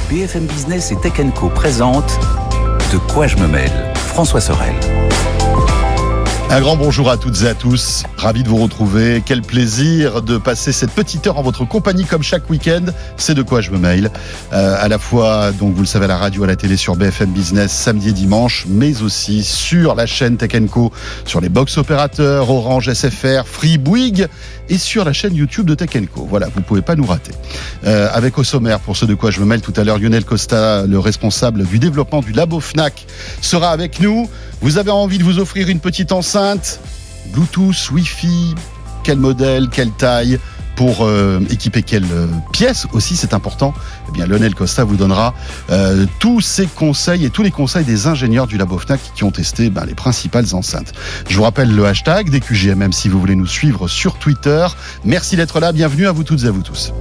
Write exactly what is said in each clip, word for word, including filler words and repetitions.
B F M Business et Tech and Co présente De quoi je me mêle, François Sorel. Un grand bonjour à toutes et à tous, ravi de vous retrouver, quel plaisir de passer cette petite heure en votre compagnie comme chaque week-end, c'est De quoi je me mêle, euh, à la fois, donc vous le savez, à la radio, à la télé, sur B F M Business, samedi et dimanche, mais aussi sur la chaîne Tech and Co, sur les box opérateurs, Orange, S F R, Free, Bouygues, et sur la chaîne YouTube de Tech and Co. Voilà, vous ne pouvez pas nous rater. Euh, avec au sommaire, pour ce De quoi je me mêle, tout à l'heure, Lionel Costa, le responsable du développement du Labo Fnac, sera avec nous. Vous avez envie de vous offrir une petite enceinte Bluetooth, Wi-Fi, quel modèle, quelle taille, pour euh, équiper quelle euh, pièce aussi, c'est important. Eh bien, Lionel Costa vous donnera euh, tous ses conseils et tous les conseils des ingénieurs du Labo Fnac qui ont testé ben, les principales enceintes. Je vous rappelle le hashtag D Q J M M si vous voulez nous suivre sur Twitter. Merci d'être là, bienvenue à vous toutes et à vous tous.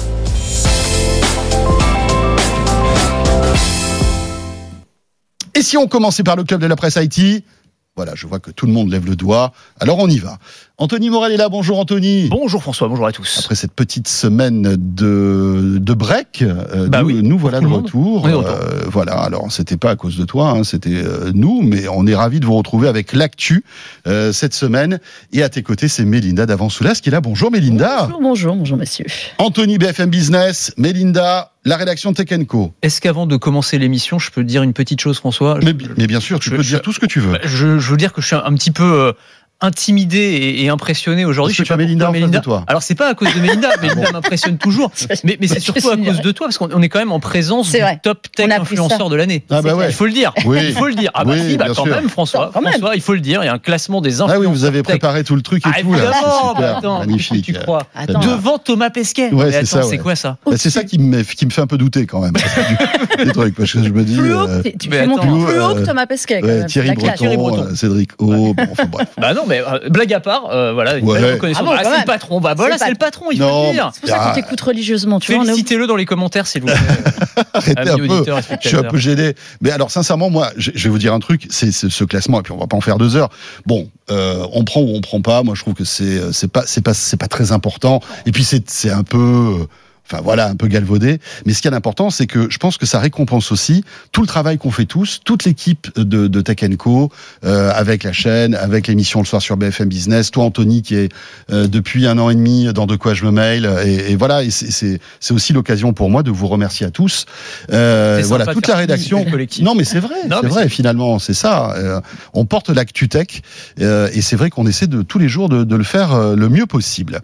Et si on commençait par le club de la presse I T ? Voilà, je vois que tout le monde lève le doigt. Alors on y va. Anthony Morel est là. Bonjour Anthony. Bonjour François, bonjour à tous. Après cette petite semaine de, de break, euh, bah nous, oui, nous voilà de retour. On est de retour. Euh, voilà, alors c'était pas à cause de toi, hein, c'était euh, nous, mais on est ravis de vous retrouver avec l'actu euh, cette semaine. Et à tes côtés, c'est Mélinda d'Avansoulas qui est là. Bonjour Mélinda. Bonjour, bonjour, bonjour messieurs. Anthony, B F M Business, Mélinda, la rédaction Tech and Co. Est-ce qu'avant de commencer l'émission, je peux te dire une petite chose, François ? mais, mais bien sûr, tu je, peux je, dire tout ce que tu veux. Je, je veux dire que je suis un, un petit peu euh, intimidé et, et impressionné aujourd'hui. Est-ce que tu as Mélinda en face de toi ? Alors c'est pas à cause de Mélinda, Mélinda m'impressionne toujours, mais, mais c'est surtout à cause de toi parce qu'on est quand même en présence c'est du vrai. top tech influenceur de l'année. Ah bah ouais. Il faut le dire. Oui. Il faut le dire. Ah bah oui, si, bah bien quand sûr. même François. Quand même. François, il faut le dire. Il y a un classement des influenceurs. Ah oui, vous avez tech. préparé tout le truc et ah, tout là. Évidemment, C'est super, attends, magnifique. Tu crois Attends. devant Thomas Pesquet. Ouais, mais c'est attends, ça, ouais. c'est quoi ça ? Bah, c'est ça qui me, qui me fait un peu douter quand même. des trucs, parce que je me dis. Plus haut, euh, tu mais fais monter attends, plus haut euh, que Thomas Pesquet. quand ouais, même. Thierry, La classe. Breton, Thierry Breton. euh, Cédric O, bon, enfin bref. Bah non, mais euh, blague à part, euh, voilà, une Ouais. belle reconnaissance. Ah bon, Ah, quand c'est même. le patron. Bah voilà, C'est c'est le le patron, il Non, faut le dire. C'est pour ça qu'on Ah. t'écoute religieusement. Tu vois, on est- Félicitez-le dans les commentaires, s'il vous plaît. Arrêtez Amis un peu. auditeurs et Je suis un spectateurs. peu gêné. Mais alors, sincèrement, moi, je, je vais vous dire un truc. C'est, c'est ce classement, et puis on va pas en faire deux heures. Bon, euh, on prend ou on prend pas. Moi, je trouve que c'est, c'est pas, c'est pas, c'est pas très important. Et puis c'est, c'est un peu. Enfin voilà, un peu galvaudé. Mais ce qui est important, c'est que je pense que ça récompense aussi tout le travail qu'on fait tous, toute l'équipe de, de Tech and Co, euh, avec la chaîne, avec l'émission le soir sur B F M Business. Toi, Anthony, qui est euh, depuis un an et demi dans De quoi je me mêle. Et, et voilà, et c'est, c'est, c'est aussi l'occasion pour moi de vous remercier à tous. Euh, C'est voilà, sympa de toute faire la rédaction. du collectif. Non, mais c'est vrai, Non, c'est mais vrai. c'est- Finalement, c'est ça. Euh, on porte l'actu tech, euh, et c'est vrai qu'on essaie de tous les jours de, de le faire euh, le mieux possible.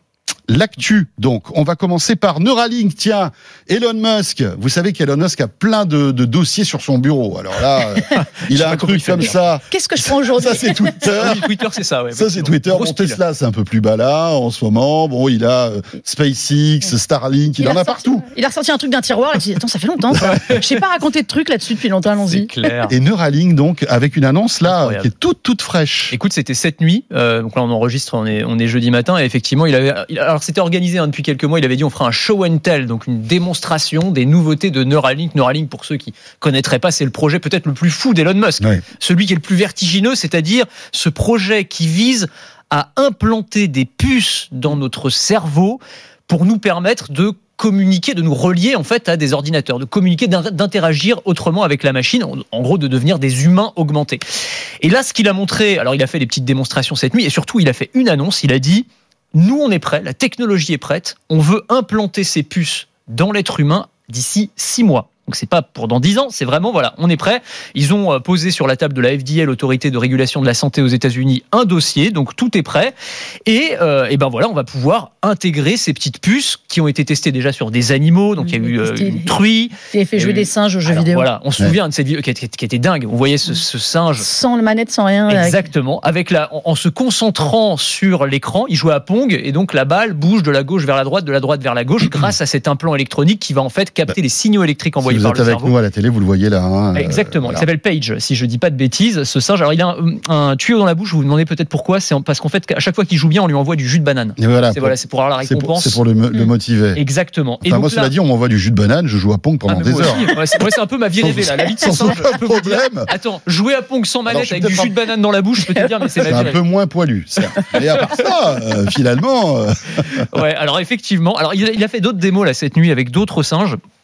L'actu, donc, on va commencer par Neuralink. Tiens, Elon Musk, vous savez qu'Elon Musk a plein de, de dossiers sur son bureau. Alors là, euh, il sais a pas un comment il truc fait, comme d'ailleurs. ça. Qu'est-ce que je prends aujourd'hui ? Ça, c'est Twitter. Oui, Twitter, c'est ça, ouais. Ça, c'est Twitter. Grosse Bon, pile. Tesla, c'est un peu plus bas là, en ce moment. Bon, il a euh, SpaceX, Starlink, il, en a ressorti- partout. Il a ressorti un truc d'un tiroir et il dit attends, ça fait longtemps. Ça. Je sais pas raconter de trucs là-dessus depuis longtemps, C'est allons-y. clair. Et Neuralink, donc, avec une annonce là, Incroyable. qui est toute, toute fraîche. Écoute, c'était cette nuit. Euh, donc là, on enregistre, on est, on est jeudi matin. Et effectivement, il avait. il- alors, c'était organisé hein, depuis quelques mois. Il avait dit on fera un show and tell, donc une démonstration des nouveautés de Neuralink. Neuralink, pour ceux qui connaîtraient pas, c'est le projet peut-être le plus fou d'Elon Musk. Ouais. Celui qui est le plus vertigineux, c'est-à-dire ce projet qui vise à implanter des puces dans notre cerveau pour nous permettre de communiquer, de nous relier en fait à des ordinateurs, de communiquer, d'in- d'interagir autrement avec la machine, en, en gros de devenir des humains augmentés. Et là, ce qu'il a montré, alors il a fait des petites démonstrations cette nuit, et surtout il a fait une annonce, il a dit « Nous on est prêts, la technologie est prête, on veut implanter ces puces dans l'être humain d'ici six mois ». Donc c'est pas pour dans dix ans, c'est vraiment voilà, on est prêt. Ils ont posé sur la table de la F D A, l'autorité de régulation de la santé aux États-Unis, un dossier, donc tout est prêt. Et, euh, et ben voilà, on va pouvoir intégrer ces petites puces qui ont été testées déjà sur des animaux. Donc il y a eu euh, une truie. Il a fait jouer Et- des singes aux jeux Alors, vidéo. Voilà, on se souvient de cette vidéo qui était, qui était dingue. On voyait ce, ce singe. Sans le manette, sans rien. avec- Exactement. Avec la, en, en se concentrant sur l'écran, il jouait à Pong et donc la balle bouge de la gauche vers la droite, de la droite vers la gauche, grâce à cet implant électronique qui va en fait capter les signaux électriques Si envoyés vous par êtes le avec cerveau. nous à la télé, vous le voyez là. Hein, Exactement. euh, Il voilà. s'appelle Page, si je dis pas de bêtises. Ce singe, alors il a un, un tuyau dans la bouche. Vous vous demandez peut-être pourquoi. C'est en- parce qu'en fait, à chaque fois qu'il joue bien, on lui envoie du jus de banane. Et voilà, C'est voilà, c'est pour avoir la c'est pour, récompense. c'est pour le, le motiver. Exactement. Enfin, moi, cela dit, on m'envoie du jus de banane, je joue à Pong pendant Ah, mais des moi heures. aussi. Ouais, c'est, ouais, c'est un peu ma vie rêvée là. La vie de ce Sans singe, aucun je peux vous dire. problème. Attends, jouer à Pong sans Alors, manette je suis avec du peut-être jus de banane dans la bouche, je peux te dire, mais c'est C'est ma un vie peu rêvée. moins poilu, certes. Et à part ça, euh, finalement, euh, Ouais, alors effectivement, alors il a, il a fait d'autres démos là cette nuit avec d'autres singes.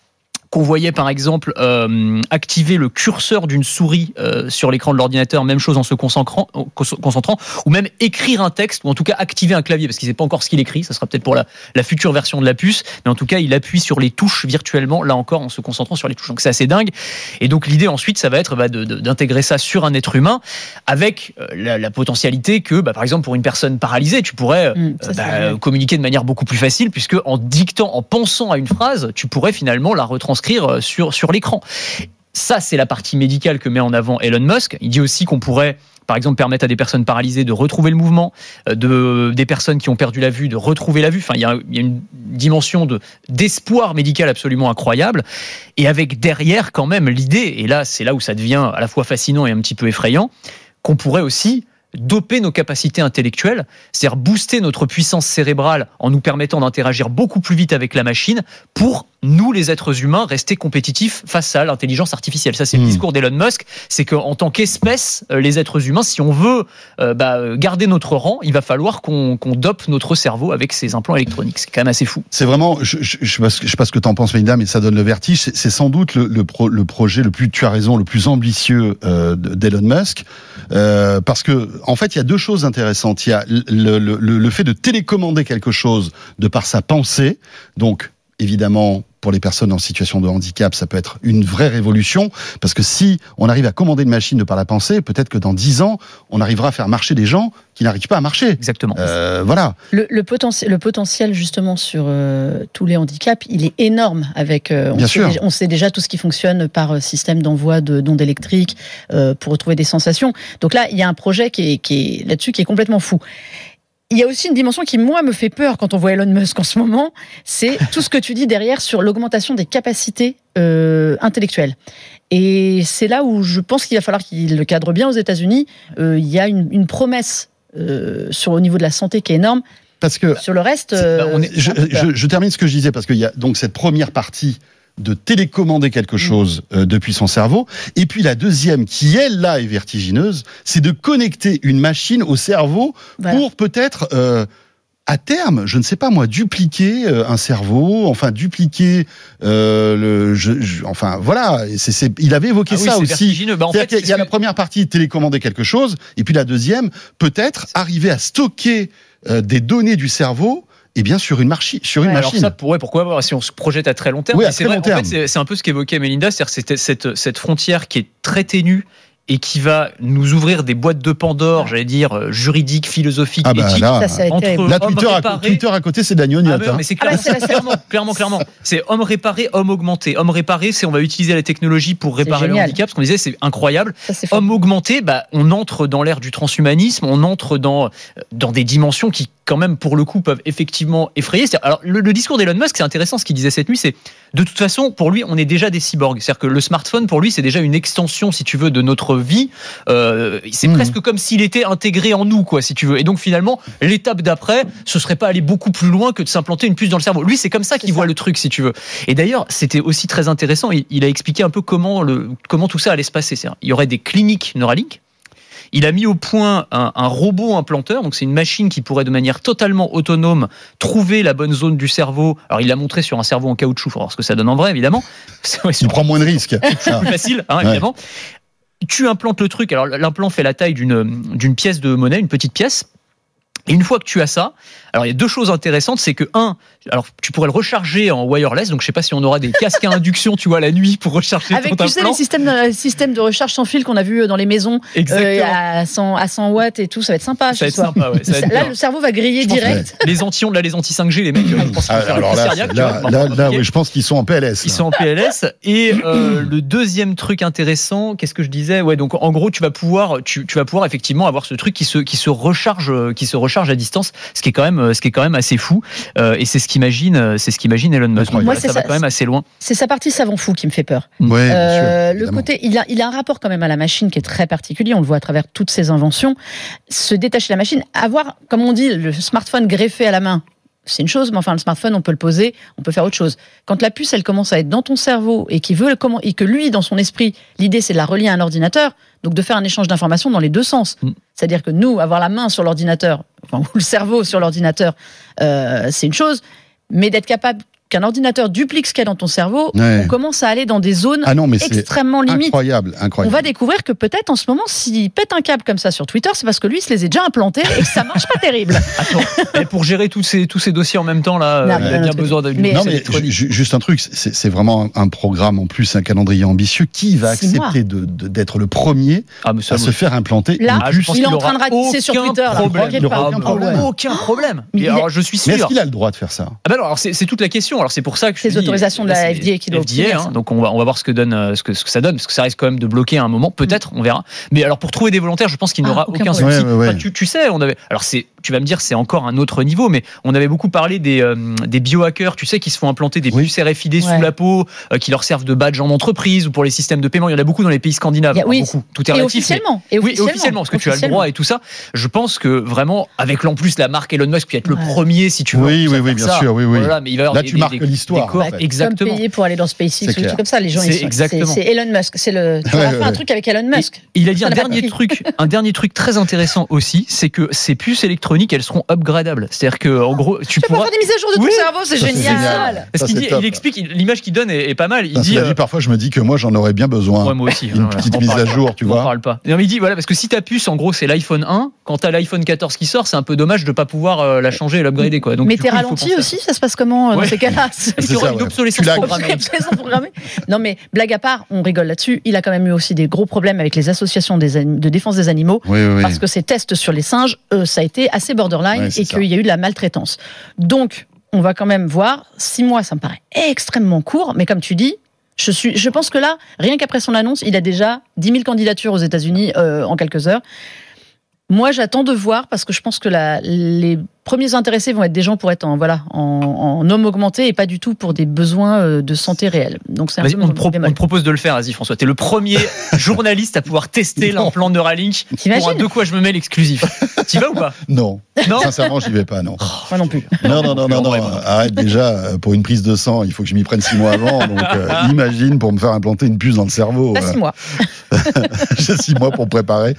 qu'on voyait par exemple euh, activer le curseur d'une souris euh, sur l'écran de l'ordinateur, même chose en se concentrant, concentrant, ou même écrire un texte, ou en tout cas activer un clavier, parce qu'il ne sait pas encore ce qu'il écrit, ça sera peut-être pour la, la future version de la puce, mais en tout cas il appuie sur les touches virtuellement, là encore en se concentrant sur les touches, donc c'est assez dingue. Et donc l'idée ensuite ça va être bah, de, de, d'intégrer ça sur un être humain, avec euh, la, la potentialité que bah, par exemple pour une personne paralysée, tu pourrais mmh, euh, bah, communiquer de manière beaucoup plus facile, puisque en dictant, en pensant à une phrase, tu pourrais finalement la retranscrire sur, sur l'écran. Ça, c'est la partie médicale que met en avant Elon Musk. Il dit aussi qu'on pourrait, par exemple, permettre à des personnes paralysées de retrouver le mouvement, de, des personnes qui ont perdu la vue de retrouver la vue. Enfin, il y a, il y a une dimension de, d'espoir médical absolument incroyable. Et avec derrière, quand même, l'idée, et là, c'est là où ça devient à la fois fascinant et un petit peu effrayant, qu'on pourrait aussi doper nos capacités intellectuelles, c'est-à-dire booster notre puissance cérébrale en nous permettant d'interagir beaucoup plus vite avec la machine pour nous, les êtres humains, rester compétitifs face à l'intelligence artificielle. Ça, c'est mmh. le discours d'Elon Musk, c'est qu'en tant qu'espèce, les êtres humains, si on veut euh, bah, garder notre rang, il va falloir qu'on, qu'on dope notre cerveau avec ces implants électroniques. C'est quand même assez fou. C'est vraiment, je, je, je, je sais pas ce que tu en penses, Melinda, mais ça donne le vertige. C'est, c'est sans doute le, le, pro, le projet le plus, tu as raison, le plus ambitieux euh, d'Elon Musk, euh, parce que en fait, il y a deux choses intéressantes. Il y a le, le, le, le fait de télécommander quelque chose de par sa pensée, donc évidemment, pour les personnes en situation de handicap, ça peut être une vraie révolution, parce que si on arrive à commander une machine de par la pensée, peut-être que dans dix ans, on arrivera à faire marcher des gens qui n'arrivent pas à marcher. Exactement. Euh, voilà. Le, le, potentiel, le potentiel, justement, sur euh, tous les handicaps, il est énorme. Avec, euh, on, Bien sait sûr. déjà, on sait déjà tout ce qui fonctionne par système d'envoi de, d'ondes électriques euh, pour retrouver des sensations. Donc là, il y a un projet qui est, qui est là-dessus qui est complètement fou. Il y a aussi une dimension qui, moi, me fait peur quand on voit Elon Musk en ce moment, c'est tout ce que tu dis derrière sur l'augmentation des capacités euh, intellectuelles. Et c'est là où je pense qu'il va falloir qu'il le cadre bien aux États-Unis. Euh, il y a une, une promesse euh, sur au niveau de la santé qui est énorme. Parce que sur le reste, euh, bah, on est, je, je, je termine ce que je disais, parce qu'il y a donc cette première partie de télécommander quelque chose euh, depuis son cerveau. Et puis la deuxième, qui elle là est vertigineuse, c'est de connecter une machine au cerveau voilà. pour peut-être euh, à terme, je ne sais pas moi, dupliquer euh, un cerveau, enfin dupliquer euh, le, je, je, enfin voilà, c'est, c'est, il avait évoqué ah oui, ça aussi. Bah, en fait, il y a que... la première partie télécommander quelque chose, et puis la deuxième, peut-être arriver à stocker euh, des données du cerveau. Et bien sur une, marchi- sur une ouais, machine. Alors ça, pourrait, pourquoi pas, si on se projette à très long terme. Oui, à c'est très vrai, long terme. En fait, c'est, c'est un peu ce qu'évoquait Melinda, c'est-à-dire c'était cette, cette frontière qui est très ténue et qui va nous ouvrir des boîtes de Pandore, j'allais dire, juridiques, philosophiques, ah bah éthiques. Là, ça, entre là, Twitter, à, Twitter à côté, c'est de la gnognotte. Ah, hein. Mais c'est clairement, ah bah c'est clairement, clairement, clairement. C'est homme réparé, homme augmenté. Homme réparé, c'est on va utiliser la technologie pour réparer le handicap. Parce qu'on disait, c'est incroyable. Ça, c'est homme augmenté, bah, on entre dans l'ère du transhumanisme, on entre dans, dans des dimensions qui, quand même, pour le coup, peuvent effectivement effrayer. C'est-à-dire, alors, le, le discours d'Elon Musk, c'est intéressant ce qu'il disait cette nuit, c'est de toute façon, pour lui, on est déjà des cyborgs. C'est-à-dire que le smartphone, pour lui, c'est déjà une extension, si tu veux, de notre vie. Euh, c'est mmh. presque comme s'il était intégré en nous, quoi, si tu veux. Et donc, finalement, l'étape d'après, ce serait pas aller beaucoup plus loin que de s'implanter une puce dans le cerveau. Lui, c'est comme ça qu'il c'est voit ça. le truc, si tu veux. Et d'ailleurs, c'était aussi très intéressant. Il, il a expliqué un peu comment, le, comment tout ça allait se passer. C'est-à-dire, il y aurait des cliniques Neuralink. Il a mis au point un, un robot implanteur, donc c'est une machine qui pourrait de manière totalement autonome trouver la bonne zone du cerveau. Alors il l'a montré sur un cerveau en caoutchouc, il faut voir ce que ça donne en vrai évidemment. Ouais, tu prends moins de risques. C'est plus facile, hein, évidemment. Ouais. Tu implantes le truc, alors l'implant fait la taille d'une, d'une pièce de monnaie, une petite pièce. Et une fois que tu as ça, alors il y a deux choses intéressantes, c'est que un, alors tu pourrais le recharger en wireless, donc je sais pas si on aura des casques à induction, tu vois, la nuit pour recharger avec, ton implant. Avec tu sais les systèmes de, systèmes de recharge sans fil qu'on a vu dans les maisons, euh, à cent à cent watts et tout, ça va être sympa. Ça va être sympa, ouais. Ça va être là bien. Le cerveau va griller je direct. Les anti là, les anti cinq G, les mecs, je pense qu'ils vont ah, faire alors le là, cardiaque. Là, là, là, là oui, je pense qu'ils sont en P L S. Ils là. sont en P L S. Et euh, le deuxième truc intéressant, qu'est-ce que je disais ? Ouais, donc en gros, tu vas pouvoir, tu, tu vas pouvoir effectivement avoir ce truc qui se, qui se recharge, qui se recharge à distance. Ce qui est quand même, ce qui est quand même assez fou, euh, et c'est ce qu'imagine, c'est ce qu'imagine Elon Musk. Moi, ça, ça ça va quand même assez loin. C'est sa partie savant fou qui me fait peur. Ouais, euh, bien sûr, le côté, il a, il a un rapport quand même à la machine qui est très particulier. On le voit à travers toutes ses inventions. Se détacher de la machine, avoir, comme on dit, le smartphone greffé à la main. C'est une chose, mais enfin, le smartphone, on peut le poser, on peut faire autre chose. Quand la puce, elle commence à être dans ton cerveau et, qui veut, et que lui, dans son esprit, l'idée, c'est de la relier à un ordinateur, donc de faire un échange d'informations dans les deux sens. Mm. C'est-à-dire que nous, avoir la main sur l'ordinateur, enfin, ou le cerveau sur l'ordinateur, euh, c'est une chose, mais d'être capable qu'un ordinateur duplique ce qu'il y a dans ton cerveau, Ouais. on commence à aller dans des zones Ah non, mais c'est extrêmement limites. incroyable, incroyable. On va découvrir que peut-être en ce moment, s'il pète un câble comme ça sur Twitter, c'est parce que lui, il se les a déjà implantés et que ça marche pas terrible. Attends, mais pour gérer tous ces, tous ces dossiers en même temps, là, Non, euh, il a non, bien non, besoin de mais- Non, mais ju- ju- juste un truc, c'est, c'est vraiment un programme en plus, un calendrier ambitieux. Qui va Six mois. accepter de, de- d'être le premier Ah, mais ça, à se faire implanter Là, une Ah, je puce? pense il est qu'il en train de aura ratisser sur aucun Twitter. Là. problème. T'inquiète Il aura pas, aucun aucun problème. problème. aucun problème. Mais Et il alors, est- je suis Mais est-ce sûr. qu'il a le droit de faire ça? Ah ben non, alors c'est, c'est toute la question. Alors c'est pour ça que je C'est te les dis, autorisations de là, la c'est F D A qui doivent F D A, obtenir hein, ça. donc on va on va voir ce que donne euh, ce que ce que ça donne parce que ça risque quand même de bloquer à un moment. Peut-être, on verra. Mais alors pour trouver des volontaires, je pense qu'il Ah, n'aura aucun aucun problème. souci. Ouais, ouais, ouais. Enfin, tu, tu sais, on avait. Alors c'est, tu vas me dire, c'est encore un autre niveau, mais on avait beaucoup parlé des euh, des biohackers, tu sais, qui se font implanter des Oui. puces R F I D Ouais. sous la peau, euh, qui leur servent de badge en entreprise ou pour les systèmes de paiement. Il y en a beaucoup dans les pays scandinaves. Il y a- oui. Enfin, beaucoup. Tout est Et relatif. mais- officiellement. Et Oui, et officiellement, parce que tu as le droit et tout ça. Je pense que vraiment, avec en plus la marque Elon Musk, puis être le Ouais. premier, si tu veux. Oui, en plus, oui, à oui, faire bien ça. sûr, oui, oui. Voilà, mais il va y avoir Là, des- tu des- marques des- l'histoire, des corps, en fait. exactement. Comme payer pour aller dans SpaceX C'est ou des clair. trucs comme ça, les gens C'est ils sont. exactement. C'est, c'est Elon Musk. C'est le. Tu Ouais, vas ouais, faire un ouais. truc avec Elon Musk. Il a dit Ça un n'a pas dernier compris. truc, un dernier truc très intéressant aussi, c'est que ces puces électroniques, elles seront upgradables. C'est-à-dire que en gros, tu Tu peux pourras. faire des mises à jour de ton Oui. cerveau, c'est Ça, c'est génial. génial. Parce Ça, qu'il c'est dit, top. il explique, il- l'image qu'il donne est, est pas mal. Il Enfin, dit. cela euh, dit, parfois, je me dis que moi, j'en aurais bien besoin. Ouais, moi aussi. Une Non, petite on mise parle à pas. jour, tu On vois. en parle pas. Non, mais il dit voilà parce que si ta puce en gros c'est l'iPhone un, quand t'as l'iPhone quatorze qui sort, c'est un peu dommage de pas pouvoir euh, la changer et l'upgrader quoi. Donc Mais du t'es coup, il faut ralenti penser à aussi, ça se passe comment euh, dans Ouais. ces cas-là? ça. C'est Il y aura ça, une ouais. obsolescence Tu l'as- programmée. Obsolescence programmée. Non mais blague à part, on rigole là-dessus. Il a quand même eu aussi des gros problèmes avec les associations des anim- de défense des animaux. Oui, oui, oui. Parce que ces tests sur les singes, euh, ça a été assez borderline Ouais, c'est et ça. qu'il y a eu de la maltraitance. Donc, on va quand même voir. Six mois, ça me paraît extrêmement court, mais comme tu dis, je suis, je pense que là, rien qu'après son annonce, il a déjà dix mille candidatures aux États-Unis euh, en quelques heures. Moi, j'attends de voir parce que je pense que la, les premiers intéressés vont être des gens pour être en voilà en, en homme augmenté et pas du tout pour des besoins euh, de santé réels. Donc c'est un Vas-y, peu on, mon te pro- bémol. on te propose de le faire, vas-y François. T'es le premier journaliste à pouvoir tester Non. l'implant Neuralink pour un T'imagines de quoi je me mets l'exclusif. T'y vas ou pas? Non. Non. Sincèrement, j'y vais pas, non. Moi non plus. Non, non, non, non, non. Ouais, ouais. Arrête déjà. euh, Pour une prise de sang, il faut que je m'y prenne six mois avant. Donc, euh, imagine pour me faire implanter une puce dans le cerveau. Pas euh, six mois. J'ai six mois pour préparer.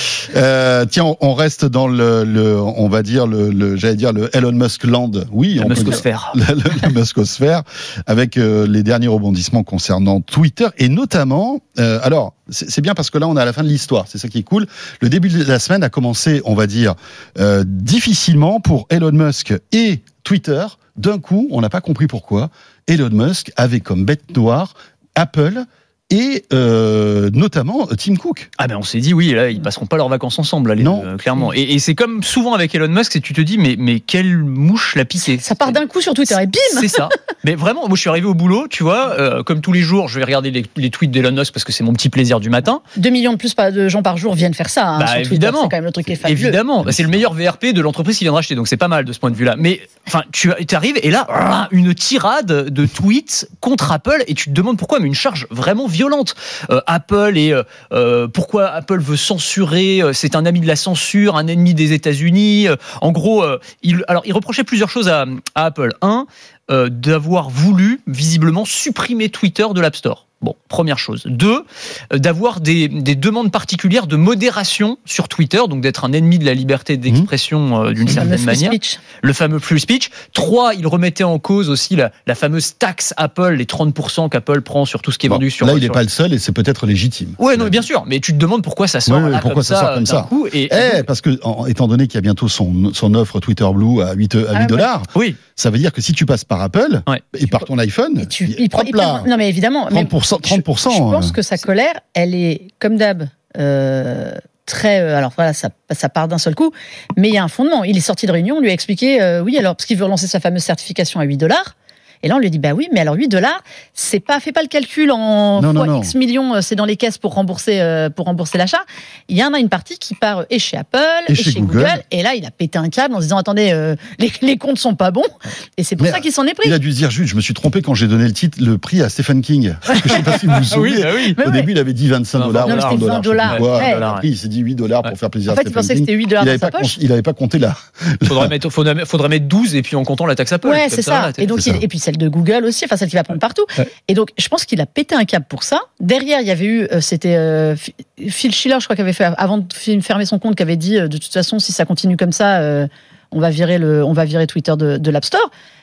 Euh, tiens, on- on reste dans le, le on va dire le, le j'allais dire le Elon Musk Land. Oui, La on peut dire- Muskosphère. le, le- la Muskosphère, avec euh, les derniers rebondissements concernant Twitter et notamment, euh, alors c'est c'est bien parce que là on est à la fin de l'histoire, c'est ça qui est cool. Le début de la semaine a commencé, on va dire, euh, difficilement pour Elon Musk et Twitter. D'un coup, on n'a pas compris pourquoi Elon Musk avait comme bête noire Apple et euh, notamment Tim Cook. Ah ben on s'est dit oui, là ils passeront pas leurs vacances ensemble, là, les Non. deux, euh, clairement. Et, et c'est comme souvent avec Elon Musk, c'est tu te dis mais mais quelle mouche l'a piqué. Ça part d'un coup sur Twitter et bim. C'est ça. Mais vraiment, moi je suis arrivé au boulot, tu vois, euh, comme tous les jours, je vais regarder les, les tweets d'Elon Musk parce que c'est mon petit plaisir du matin. Deux millions de plus pas de gens par jour viennent faire ça. Hein, Bah, sur Twitter. évidemment. C'est quand même le truc qui est fabuleux. Évidemment, Bah, c'est le meilleur V R P de l'entreprise qui vient de racheter, donc c'est pas mal de ce point de vue-là. Mais enfin, tu arrives et là, une tirade de tweets contre Apple et tu te demandes pourquoi, mais une charge vraiment violente. Euh, Apple et euh, euh, pourquoi Apple veut censurer, euh, c'est un ami de la censure, un ennemi des États-Unis. Euh, en gros, euh, il, alors il reprochait plusieurs choses à, à Apple. Un, euh, d'avoir voulu visiblement supprimer Twitter de l'App Store. Bon, première chose. Deux, euh, d'avoir des, des demandes particulières de modération sur Twitter, donc d'être un ennemi de la liberté d'expression euh, d'une Le fameux certaine free manière. speech. Le fameux free speech. Trois, il remettait en cause aussi la, la fameuse taxe Apple, les trente pour cent qu'Apple prend sur tout ce qui est Bon, vendu sur. là, il n'est sur- pas le seul et c'est peut-être légitime. Ouais, non, mais bien sûr. Mais tu te demandes pourquoi ça sort Ouais, là, pourquoi comme ça ça, sort comme d'un ça. coup. Et, Eh, parce que, en- étant donné qu'il y a bientôt son, son offre Twitter Blue à huit, à huit Ah ouais. dollars, oui. ça veut dire que si tu passes par Apple Ouais. et par ton iPhone, Et tu, il- il prend- hop il là, prend- non mais évidemment. mais trente pour cent, trente pour cent, Je, je pense euh. que sa colère, elle est comme d'hab. Euh, très euh, alors voilà, ça, ça part d'un seul coup, mais il y a un fondement. Il est sorti de réunion, on lui a expliqué euh, oui alors parce qu'il veut relancer sa fameuse certification à huit dollars. Et là, on lui dit, bah oui, mais alors huit dollars, c'est pas, fais pas le calcul en Non, fois non, non. X millions, euh, c'est dans les caisses pour rembourser, euh, pour rembourser l'achat. Il y en a une partie qui part euh, et chez Apple, Et et, chez chez Google. Google. Et là, il a pété un câble en se disant, attendez, euh, les, les comptes sont pas bons. Et c'est pour Mais, ça qu'il s'en est pris. il a dû se dire, Jules, je me suis trompé quand j'ai donné le titre, le prix à Stephen King. Parce que je sais pas si vous vous Ah oui, souvenez. bah oui. Mais Au ouais. début, il avait dit vingt-cinq Non, dollars, non, mais c'était vingt dollars. Ouais. Après, il s'est dit huit dollars pour Ouais. faire plaisir En à fait, il Stephen pensait que King. c'était huit dollars Il dans avait sa pas, poche. con- il avait pas compté là. Faudrait mettre, faudrait, faudrait mettre douze et puis en comptant la taxe Apple. Ouais, Comme c'est ça. voilà, Et donc, c'est il- ça. et puis celle de Google aussi, enfin celle qui va prendre partout. Ouais. Et donc, je pense qu'il a pété un câble pour ça. Derrière, il y avait eu, euh, c'était euh, Phil Schiller, je crois, qui avait fait avant de fermer son compte, qui avait dit, euh, de toute façon, si ça continue comme ça, euh, on va virer le, on va virer Twitter de, de l'App Store. Mais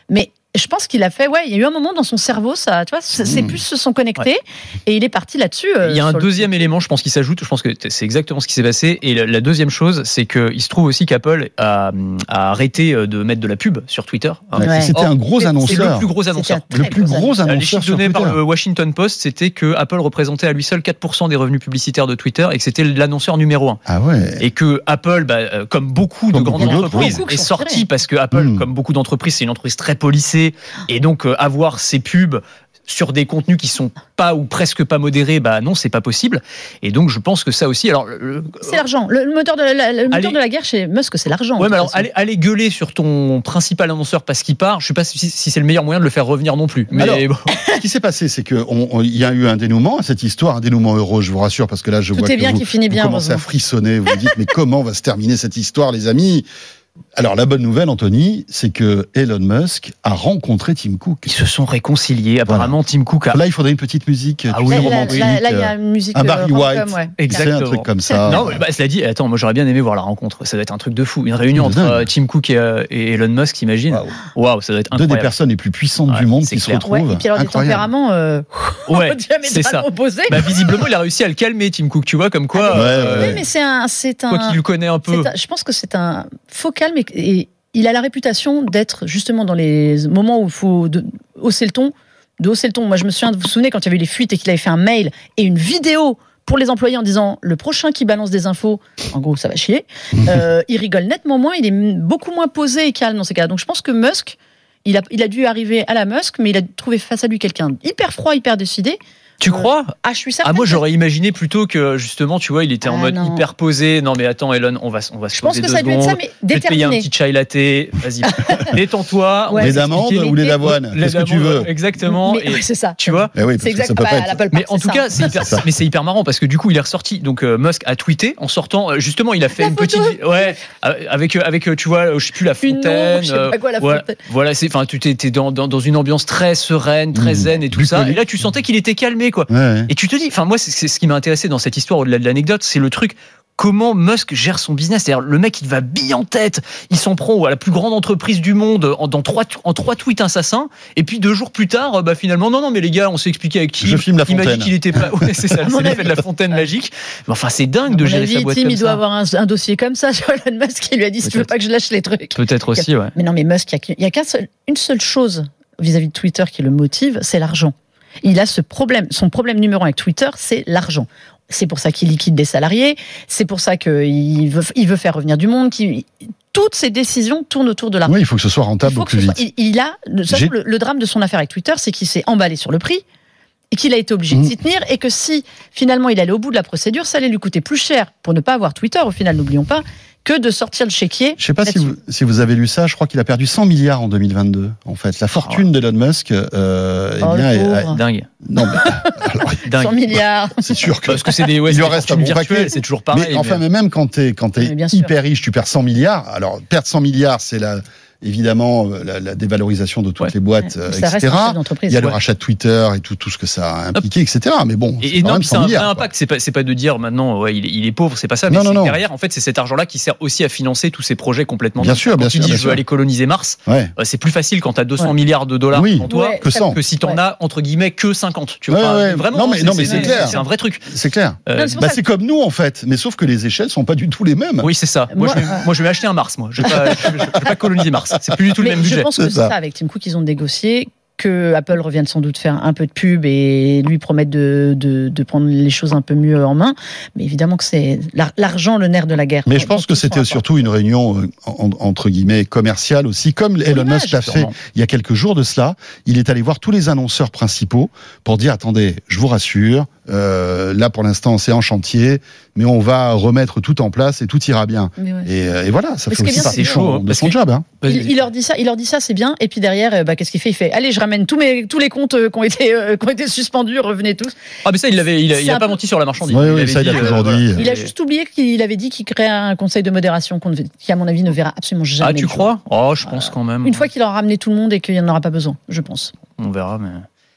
je pense qu'il a fait, ouais, il y a eu un moment dans son cerveau, ça, tu vois, ses Mmh. puces se sont connectées Ouais. et il est parti là-dessus. euh, Il y a un sur le- deuxième élément, je pense, qui s'ajoute. Je pense que c'est exactement ce qui s'est passé. Et la, la deuxième chose, c'est qu'il se trouve aussi qu'Apple a, a arrêté de mettre de la pub sur Twitter. Hein. Ouais, Ouais. C'était Or, un gros C'est annonceur. le plus gros C'était annonceur. un très Le plus gros annonceur. Les annonceur chiffres sur donnés Twitter. par le Washington Post, c'était que Apple représentait à lui seul quatre pour cent des revenus publicitaires de Twitter et que c'était l'annonceur numéro un. Ah ouais. Et que Apple, bah, euh, comme beaucoup Comme de grandes beaucoup d'autres, entreprises, beaucoup qui est sont sorti tirés. parce que Apple, Mm. comme beaucoup d'entreprises, c'est une entreprise très policée. Et donc, euh, avoir ces pubs sur des contenus qui sont pas ou presque pas modérés, bah non, c'est pas possible. Et donc, je pense que ça aussi. Alors, le- C'est l'argent. Le, le moteur, de la, le moteur Allez. de la guerre chez Musk, c'est l'argent. Ouais, de mais toute alors, façon. aller, aller gueuler sur ton principal annonceur parce qu'il part, je sais pas si, si c'est le meilleur moyen de le faire revenir non plus. Mais Alors, bon. Ce qui s'est passé, c'est qu'il y a eu un dénouement à cette histoire, un dénouement heureux, je vous rassure, parce que là, je Tout vois est que bien vous, qui finit vous bien, commencez à heureusement. frissonner. Vous vous dites, mais comment va se terminer cette histoire, les amis? Alors, la bonne nouvelle, Anthony, c'est que Elon Musk a rencontré Tim Cook. Ils se sont réconciliés. Apparemment, Tim Cook a. Là, il faudrait une petite musique, Ah tu oui, sais, Là, là, romantique. là, là, il y a une musique un Barry euh, White. rom-com, ouais. Exact. C'est un Exactement. truc comme ça. Non, mais bah, cela dit, attends, moi j'aurais bien aimé voir la rencontre. Ça doit être un truc de fou. Une réunion De entre dingue. euh, Tim Cook et, euh, et Elon Musk, t'imagines? Waouh. Waouh, ça doit être Deux des incroyable. personnes les plus puissantes Ouais, du monde c'est qui se clair. retrouvent. Ouais, et puis alors des Incroyable. tempéraments euh, Ouais, c'est ça. diamétralement opposés. Bah, visiblement, il a réussi à le calmer, Tim Cook. Tu vois, comme quoi. Ah, ouais, euh, ouais. Oui, mais c'est un, c'est Toi qui un, le connais un peu. c'est un- je pense que c'est un faux calme et, et il a la réputation d'être justement dans les moments où il faut de, hausser le ton, de hausser le ton. Moi, je me souviens, vous vous souvenez quand il y avait eu les fuites et qu'il avait fait un mail et une vidéo pour les employés en disant le prochain qui balance des infos, en gros, ça va chier. Euh, il rigole nettement moins, il est beaucoup moins posé et calme dans ces cas-là. Donc, je pense que Musk, il a, il a dû arriver à la Musk, mais il a trouvé face à lui quelqu'un hyper froid, hyper décidé. Tu crois? Ah, je suis certaine. Ah, moi que- j'aurais imaginé plutôt que justement, tu vois, il était en Ah, mode non. hyper posé. Non, mais attends, Elon, on va, on va se Je pense poser que deux ça a dû être secondes. ça, mais Je vais te payer un déterminé. petit chai latte. Vas-y, détends-toi. on Ouais. va Les s'expliquer. amandes ou les d'avoine? Les Qu'est-ce que tu d'amande, veux? Exactement. Mais, Et ouais, c'est ça. tu vois? Eh oui, C'est parce que ça exact. peut Bah, pas être. l'Apple Mais Park, en c'est tout ça. cas, c'est hyper, mais c'est hyper marrant parce que du coup, il est ressorti. Donc euh, Musk a tweeté en sortant. euh, Justement, il a fait La une photo. petite, ouais, euh, avec euh, avec euh, tu vois, euh, je sais plus la Une fontaine. ombre, je sais pas quoi, la voilà, fontaine. voilà, c'est, enfin, tu étais dans, dans dans une ambiance très sereine, très Mmh. zen et tout ça. Bucolique. Et là, tu sentais qu'il était calmé, quoi. Ouais, ouais. Et tu te dis, enfin moi, c'est, c'est ce qui m'a intéressé dans cette histoire au-delà de l'anecdote, c'est le truc. Comment Musk gère son business? C'est-à-dire, le mec, il va bille en tête, il s'en prend à la plus grande entreprise du monde en, dans trois, en trois tweets assassins, et puis deux jours plus tard, bah finalement, non, non, mais les gars, on s'est expliqué avec Tim. Je filme la Il m'a dit fontaine. qu'il était pas. Ouais, c'est ça, À mon c'est l'effet avis. de la fontaine magique. Mais enfin, c'est dingue À de mon gérer avis, sa boîte Tim, comme il doit ça. avoir un, un dossier comme ça sur Elon Musk qui lui a dit si tu veux Peut-être. pas que je lâche les trucs. Peut-être aussi, ouais. Mais non, mais Musk, il y a, il y a qu'un seul, une seule chose vis-à-vis de Twitter qui le motive, c'est l'argent. Il a ce problème, son problème numéro un avec Twitter, c'est l'argent. C'est pour ça qu'il liquide des salariés, c'est pour ça qu'il veut, il veut faire revenir du monde. Qu'il, toutes ses décisions tournent autour de l'argent. Oui, il faut que ce soit rentable Il faut au que plus ce vite. soit- il, il a, de toute façon, J'ai- le, le drame de son affaire avec Twitter, c'est qu'il s'est emballé sur le prix et qu'il a été obligé de Mmh. s'y tenir et que si finalement il allait au bout de la procédure, ça allait lui coûter plus cher pour ne pas avoir Twitter, au final, n'oublions pas, que de sortir le chéquier. Je sais pas si là-dessus. vous, si vous avez lu ça, je crois qu'il a perdu cent milliards en deux mille vingt-deux. En fait, la fortune d'Elon Musk, euh, eh Oh, bien, le est- pauvre. Dingue. non, mais, alors, Dingue. cent milliards. c'est sûr que. Parce que c'est des, ouais, Il c'est lui des reste un fortunes bon paquet. virtuelles, c'est toujours pareil. mais enfin, mais même quand t'es quand t'es Mais bien sûr. hyper riche, tu perds cent milliards. Alors perdre cent milliards, c'est la évidemment euh, la, la dévalorisation de toutes Ouais. les boîtes, euh, Ça reste et cetera. un chef d'entreprise. Il y a le Ouais. rachat de Twitter et tout tout ce que ça a impliqué, et cetera. Mais bon, Et, c'est et quand non, même puis c'est cent un vrai milliards. quoi. impact. C'est pas, c'est pas de dire maintenant, ouais, il, est- il est pauvre, c'est pas ça. Mais Non, non, c'est non. derrière, en fait, c'est cet argent-là qui sert aussi à financer tous ces projets complètement. Bien dingues. sûr, Quand bien tu sûr, dis, bien je veux sûr. aller coloniser Mars. Ouais. euh, C'est plus facile quand t'as deux cents Ouais. milliards de dollars Oui. devant toi Ouais, Que ça- cent. que si t'en Ouais. as entre guillemets que cinquante. Tu Ouais, vois, ouais. vraiment. Non, mais- non, mais c'est clair. C'est un vrai truc. C'est clair. Euh, Non, c'est pour Bah, ça c'est comme nous en fait, mais sauf que les échelles sont pas du tout les mêmes. oui, c'est ça. Moi, Moi, je vais, euh, moi, je vais acheter un Mars. Moi, je vais pas, je vais- je vais pas coloniser Mars. C'est plus du tout le Mais même je budget. pense que C'est c'est ça. ça. Avec Tim Cook, ils ont négocié que Apple revienne sans doute faire un peu de pub et lui promettre de, de, de prendre les choses un peu mieux en main. Mais évidemment que c'est l'ar- l'argent le nerf de la guerre. Mais je Dans pense tout que son c'était rapport. surtout une réunion euh, en- entre guillemets commerciale aussi, comme Elon l'image, Musk l'a fait sûrement. il y a quelques jours de cela. Il est allé voir tous les annonceurs principaux pour dire attendez, je vous rassure, euh, là pour l'instant c'est en chantier, mais on va remettre tout en place et tout ira bien. Mais ouais. Et, euh, et voilà, ça Mais fait ce qui est aussi bien, partie c'est chaud, hein, de parce son que- job. Hein. Il, il leur dit ça, il leur dit ça, c'est bien. Et puis derrière, euh, bah, qu'est-ce qu'il fait Il fait, allez, je ramène tous mes tous les comptes euh, qui ont été euh, qui ont été suspendus, revenez tous. Ah, mais ça, il avait, il a, il C'est a un pas peu- menti sur la marchandise. Oui, oui, avait ça, il a euh, toujours voilà. dit. Il a Et- juste oublié qu'il avait dit qu'il créait un conseil de modération qu'on ne- qui, à mon avis, ne verra absolument jamais. Ah, tu le jour. crois? Oh, je pense quand même. Une fois qu'il aura ramené tout le monde et qu'il n'y en aura pas besoin, je pense. On verra, mais.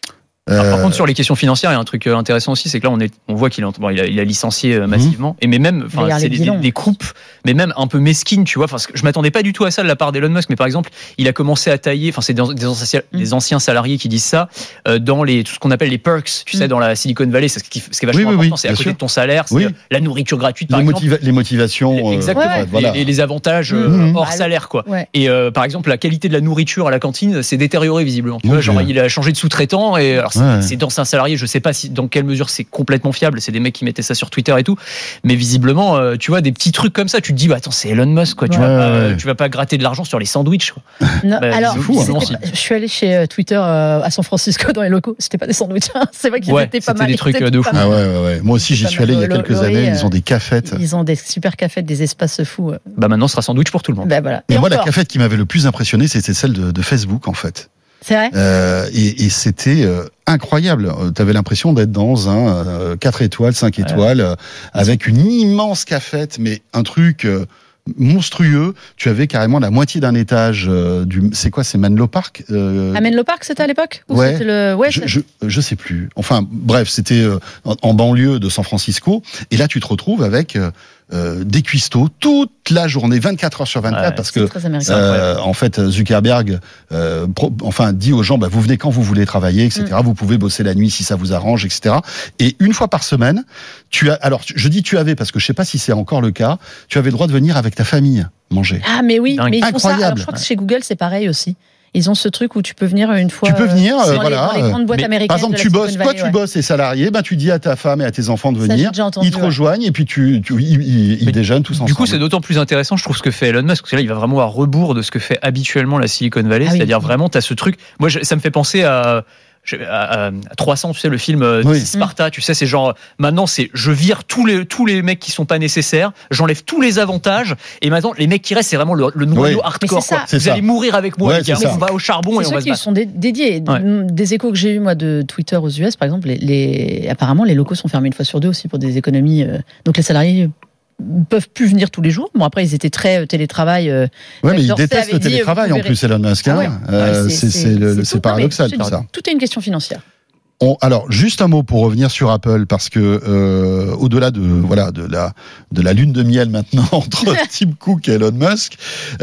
Alors, par Euh, contre, sur les questions financières, il y a un truc euh, intéressant aussi, c'est que là, on, est, on voit qu'il a, bon, il a, il a licencié euh, massivement, mmh. et mais même, enfin, c'est des, des, des coupes, mais même un peu mesquines, tu vois. Enfin, je m'attendais pas du tout à ça de la part d'Elon Musk, mais par exemple, il a commencé à tailler, enfin, c'est des, des, anciens, mmh. des anciens salariés qui disent ça, euh, dans les tout ce qu'on appelle les perks, tu mmh. sais, dans la Silicon Valley, c'est ce qui, ce qui est vachement oui, important, oui, c'est à côté sûr. de ton salaire, c'est oui. la nourriture gratuite, par les exemple, motiva- les motivations, les, exactement, euh, ouais, voilà. les, les avantages euh, mmh. hors salaire, quoi. Ouais. Et euh, par exemple, la qualité de la nourriture à la cantine s'est détériorée visiblement. Tu vois, genre, il a changé de sous-traitant, et alors c'est d'anciens salariés, je sais pas si dans quelle mesure c'est complètement fiable, c'est des mecs qui mettaient ça sur Twitter et tout, mais visiblement euh, tu vois des petits trucs comme ça, tu te dis bah attends, c'est Elon Musk quoi, tu ouais, vas pas, ouais. tu vas pas gratter de l'argent sur les sandwichs quoi. Non, bah, alors fou, hein. pas, je suis allé chez Twitter euh, à San Francisco dans les locaux, c'était pas des sandwichs, hein. C'est vrai qu'ils ouais, étaient pas mal, des trucs de fou. Ah ouais, ouais, ouais. Moi aussi j'y suis allé il y a quelques années, ils ont des cafettes. Ils ont des super cafettes, des espaces fous. Bah maintenant ce sera sandwich pour tout le monde. Bah, voilà. Mais moi la cafette qui m'avait le plus impressionné, c'était celle de, de Facebook en fait. C'est vrai. Euh, et, et c'était euh, incroyable. Tu avais l'impression d'être dans un euh, quatre étoiles, cinq étoiles, ouais. euh, avec une immense cafette, mais un truc euh, monstrueux. Tu avais carrément la moitié d'un étage euh, du. C'est quoi, c'est Menlo Park euh... Ah, Menlo Park, c'était à l'époque ou ouais. c'était le... ouais. Je, je, je sais plus. Enfin, bref, c'était euh, en, en banlieue de San Francisco. Et là, tu te retrouves avec. Euh, Euh, des cuistots toute la journée, vingt-quatre heures sur vingt-quatre, ouais, parce que euh, en fait Zuckerberg, euh, pro, enfin dit aux gens, bah, vous venez quand vous voulez travailler, et cetera. Mm. Vous pouvez bosser la nuit si ça vous arrange, et cetera. Et une fois par semaine, tu as, alors je dis tu avais parce que je sais pas si c'est encore le cas, tu avais le droit de venir avec ta famille manger. Ah mais oui, Dingue. mais ils font Incroyable. ça. Alors, je crois que chez Google c'est pareil aussi. Ils ont ce truc où tu peux venir une fois. Tu peux venir, euh, euh, dans voilà. Les, dans les grandes boîtes mais, américaines. Par exemple, tu bosses, toi, tu ouais. bosses et salarié, ben tu dis à ta femme et à tes enfants de venir. Ça, entendu, ils te ouais. rejoignent et puis tu, tu ils, ils, ils déjeunent tous ensemble. Du coup, c'est d'autant plus intéressant, je trouve, ce que fait Elon Musk, parce que là, il va vraiment à rebours de ce que fait habituellement la Silicon Valley, ah, c'est-à-dire oui. vraiment, t'as ce truc. Moi, je, ça me fait penser à. À, à trois cents, tu sais, le film oui. Sparta, tu sais, c'est genre, maintenant, c'est, je vire tous les, tous les mecs qui sont pas nécessaires, j'enlève tous les avantages, et maintenant, les mecs qui restent, c'est vraiment le, le noyau oui. hardcore, quoi. Vous ça. allez mourir avec moi, ouais, les gars. On va au charbon et on va se battre. Sont dédiés. Ouais. Des échos que j'ai eu, moi, de Twitter aux U S, par exemple, les, les, apparemment, les locaux sont fermés une fois sur deux aussi pour des économies, donc les salariés peuvent plus venir tous les jours. Bon, après, ils étaient très télétravail. Euh, ouais, mais ils détestent le télétravail en plus, Elon Musk. Hein. Ah ouais. euh, c'est, c'est, c'est, c'est, c'est paradoxal tout ça. Tout est une question financière. On, alors, juste un mot pour revenir sur Apple, parce que euh, au-delà de voilà de la de la lune de miel maintenant entre Tim Cook et Elon Musk,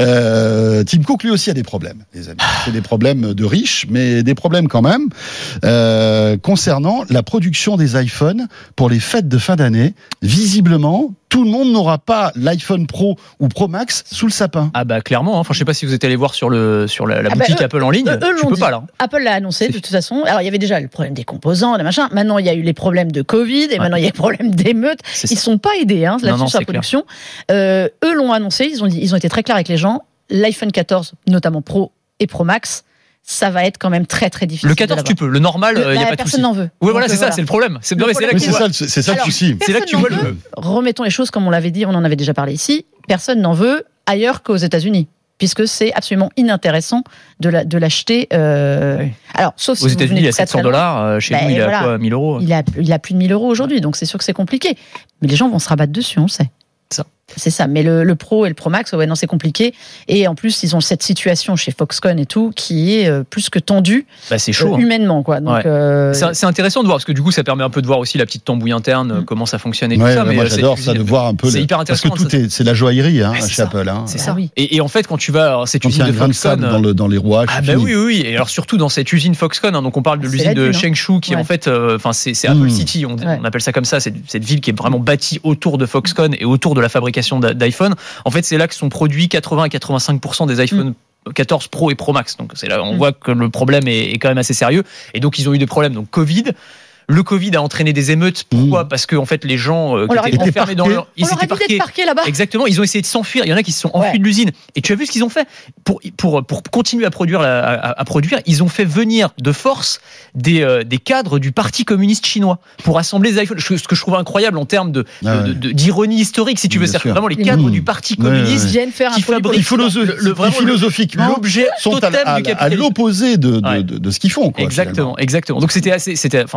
euh, Tim Cook lui aussi a des problèmes, les amis. C'est des problèmes de riches, mais des problèmes quand même euh, concernant la production des iPhones pour les fêtes de fin d'année. Visiblement, tout le monde n'aura pas l'iPhone Pro ou Pro Max sous le sapin. Ah bah clairement. Enfin, je sais pas si vous êtes allé voir sur le sur la, la ah boutique bah eux, Apple en ligne. Eux, eux tu peux dit. pas là. Apple l'a annoncé de toute façon. Alors il y avait déjà le problème des composants, des machins. Maintenant il y a eu les problèmes de Covid et ouais. maintenant il y a les problèmes d'émeutes. Ils sont pas aidés hein, là-dessus non, non, sur la production. Euh, eux l'ont annoncé. Ils ont dit, ils ont été très clairs avec les gens. L'iPhone quatorze, notamment Pro et Pro Max, ça va être quand même très très difficile. Le quatorze tu peux, le normal il y a pas de personne n'en veut. Oui voilà c'est ça, c'est le problème. C'est, non, mais c'est là oui, c'est ça, c'est ça le souci. C'est là que tu vois le. Remettons les choses comme on l'avait dit, on en avait déjà parlé ici. Personne n'en veut ailleurs qu'aux États-Unis, puisque c'est absolument inintéressant de, la, de l'acheter. Euh... Oui. Alors, sauf si aux États-Unis, il a sept cents dollars. Chez bah, nous, il voilà. a quoi, mille euros. Il a, il a plus de mille euros aujourd'hui, donc c'est sûr que c'est compliqué. Mais les gens vont se rabattre dessus, on le sait. Ça. C'est ça, mais le, le Pro et le Pro Max, ouais, non, c'est compliqué. Et en plus, ils ont cette situation chez Foxconn et tout qui est euh, plus que tendue. Bah, c'est chaud. Euh, humainement, quoi. Donc, ouais. euh... c'est, c'est intéressant de voir parce que du coup, ça permet un peu de voir aussi la petite tambouille interne, mm. comment ça fonctionne et ouais, tout ça. Mais moi, j'adore ça de voir un peu. C'est le... hyper intéressant. Parce que tout est, c'est la joaillerie, hein, ouais, chez Apple. Hein. C'est ça. Ah, oui. et, et en fait, quand tu vas, alors, cette quand usine de Foxconn dans, le, dans les rouages. Ah bah oui, oui. Et alors surtout dans cette usine Foxconn, hein, donc on parle de l'usine de Changshu qui en fait, enfin c'est Apple City, on appelle ça comme ça. C'est cette ville qui est vraiment bâtie autour de Foxconn et autour de la fabrication d'iPhone. En fait, c'est là que sont produits quatre-vingts à quatre-vingt-cinq pour cent des iPhones mmh. quatorze Pro et Pro Max. Donc c'est là on mmh. voit que le problème est, est quand même assez sérieux. Et donc ils ont eu des problèmes. Donc Covid. Le Covid a entraîné des émeutes. Pourquoi ? mmh. Parce que en fait, les gens euh, qui étaient enfermés dans leur, ils étaient parqués. parqués là-bas. Exactement. Ils ont essayé de s'enfuir. Il y en a qui se sont enfuis ouais. de l'usine. Et tu as vu ce qu'ils ont fait pour pour pour continuer à produire à, à, à produire. Ils ont fait venir de force des euh, des cadres du Parti communiste chinois pour assembler les iPhones. Ce que je trouve incroyable en termes de, ah ouais. de, de d'ironie historique, si tu veux. C'est vraiment les cadres mmh. du Parti communiste ouais, ouais. qui fabriquent philosophiquement l'objet totem du capitalisme. À l'opposé de de de ce qu'ils font. Exactement, exactement. Donc c'était assez, c'était enfin marrant.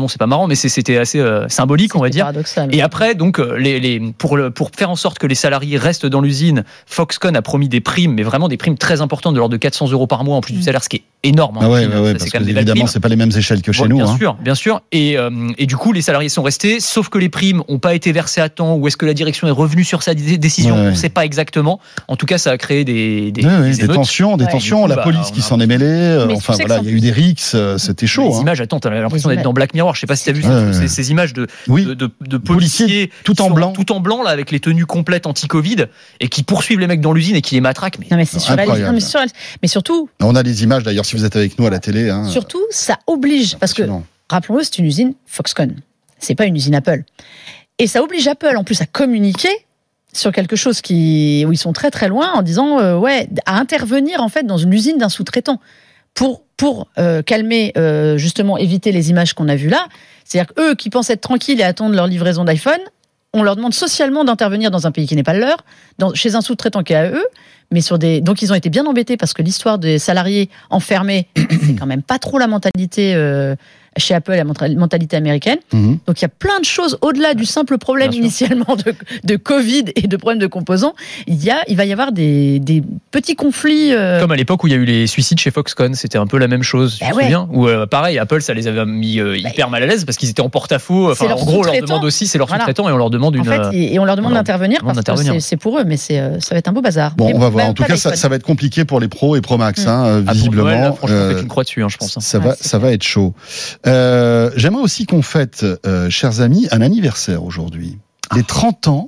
bon, c'est pas marrant, mais c'est, c'était assez euh, symbolique, C'était on va dire. paradoxal. Et après, donc, les, les, pour, le, pour faire en sorte que les salariés restent dans l'usine, Foxconn a promis des primes, mais vraiment des primes très importantes de l'ordre de quatre cents euros par mois en plus du salaire, ce qui est énorme. Ah ouais, Chine, ouais, ouais, ça, parce c'est que quand même des belles évidemment, primes. c'est pas les mêmes échelles que chez Ouais, nous. bien hein. sûr, bien sûr. Et, euh, et du coup, les salariés sont restés, sauf que les primes n'ont pas été versées à temps, ou est-ce que la direction est revenue sur sa dé- décision, Ouais, on ne ouais. sait pas exactement. En tout cas, ça a créé des, des, Ouais, ouais, des des émeutes. tensions, des Ouais, tensions, du coup, la bah, police on qui a- s'en est mêlée. euh, Mais tu Enfin sais que voilà, ça- il y a eu des rixes, euh, c'était chaud. Les hein. images, attends, t'as l'impression Les d'être dans Black Mirror. Je sais pas si t'as vu Ouais, ces, ouais. ces, ces images de, Oui, de, de, de Policiers policiers tout qui en sont blanc. tout en blanc là, avec les tenues complètes anti-Covid et qui poursuivent les mecs dans l'usine et qui les matraquent. Mais Non, mais c'est surréaliste. Incroyable. Non, mais surréaliste. Mais surtout, on a les images d'ailleurs si vous êtes avec nous à la télé. Hein, surtout, ça oblige, parce que impressionnant. rappelons-le, c'est une usine Foxconn. C'est pas une usine Apple. Et ça oblige Apple, en plus, à communiquer sur quelque chose qui, où ils sont très très loin en disant, euh, ouais, à intervenir en fait dans une usine d'un sous-traitant pour, pour euh, calmer, euh, justement, éviter les images qu'on a vues là. C'est-à-dire qu'eux qui pensent être tranquilles et attendent leur livraison d'iPhone, on leur demande socialement d'intervenir dans un pays qui n'est pas le leur, dans, chez un sous-traitant qui est à eux, mais sur des. Donc ils ont été bien embêtés parce que l'histoire des salariés enfermés, c'est quand même pas trop la mentalité euh, chez Apple, la mentalité américaine. Mhm. Donc il y a plein de choses au-delà du simple problème Bien sûr. initialement de, de Covid et de problèmes de composants. Il y a, il va y avoir des, des petits conflits. euh, comme à l'époque où il y a eu les suicides chez Foxconn, c'était un peu la même chose. Tu Bah te ouais. souviens Où euh, pareil, Apple, ça les avait mis euh, hyper mal à l'aise parce qu'ils étaient en porte-à-faux. Enfin, C'est leur en gros, on leur sous-traitant. demande aussi, c'est leur Voilà. sous-traitant et on leur demande une. En fait, euh, et et on leur demande on leur d'intervenir demande parce que d'intervenir. c'est- c'est pour eux, mais c'est, euh, ça va être un beau bazar. Bon, Mais on va voir. même En tout pas cas, ça, d'iPhone. ça va être compliqué pour les pros et Pro Max, Mm. hein, euh, ah, pour visiblement. Noël, là, franchement, euh, faites une croix dessus, hein, je pense. hein. Ça Ouais, va, c'est ça va être chaud. Euh, j'aimerais aussi qu'on fête, euh, chers amis, un anniversaire aujourd'hui. Les trente ans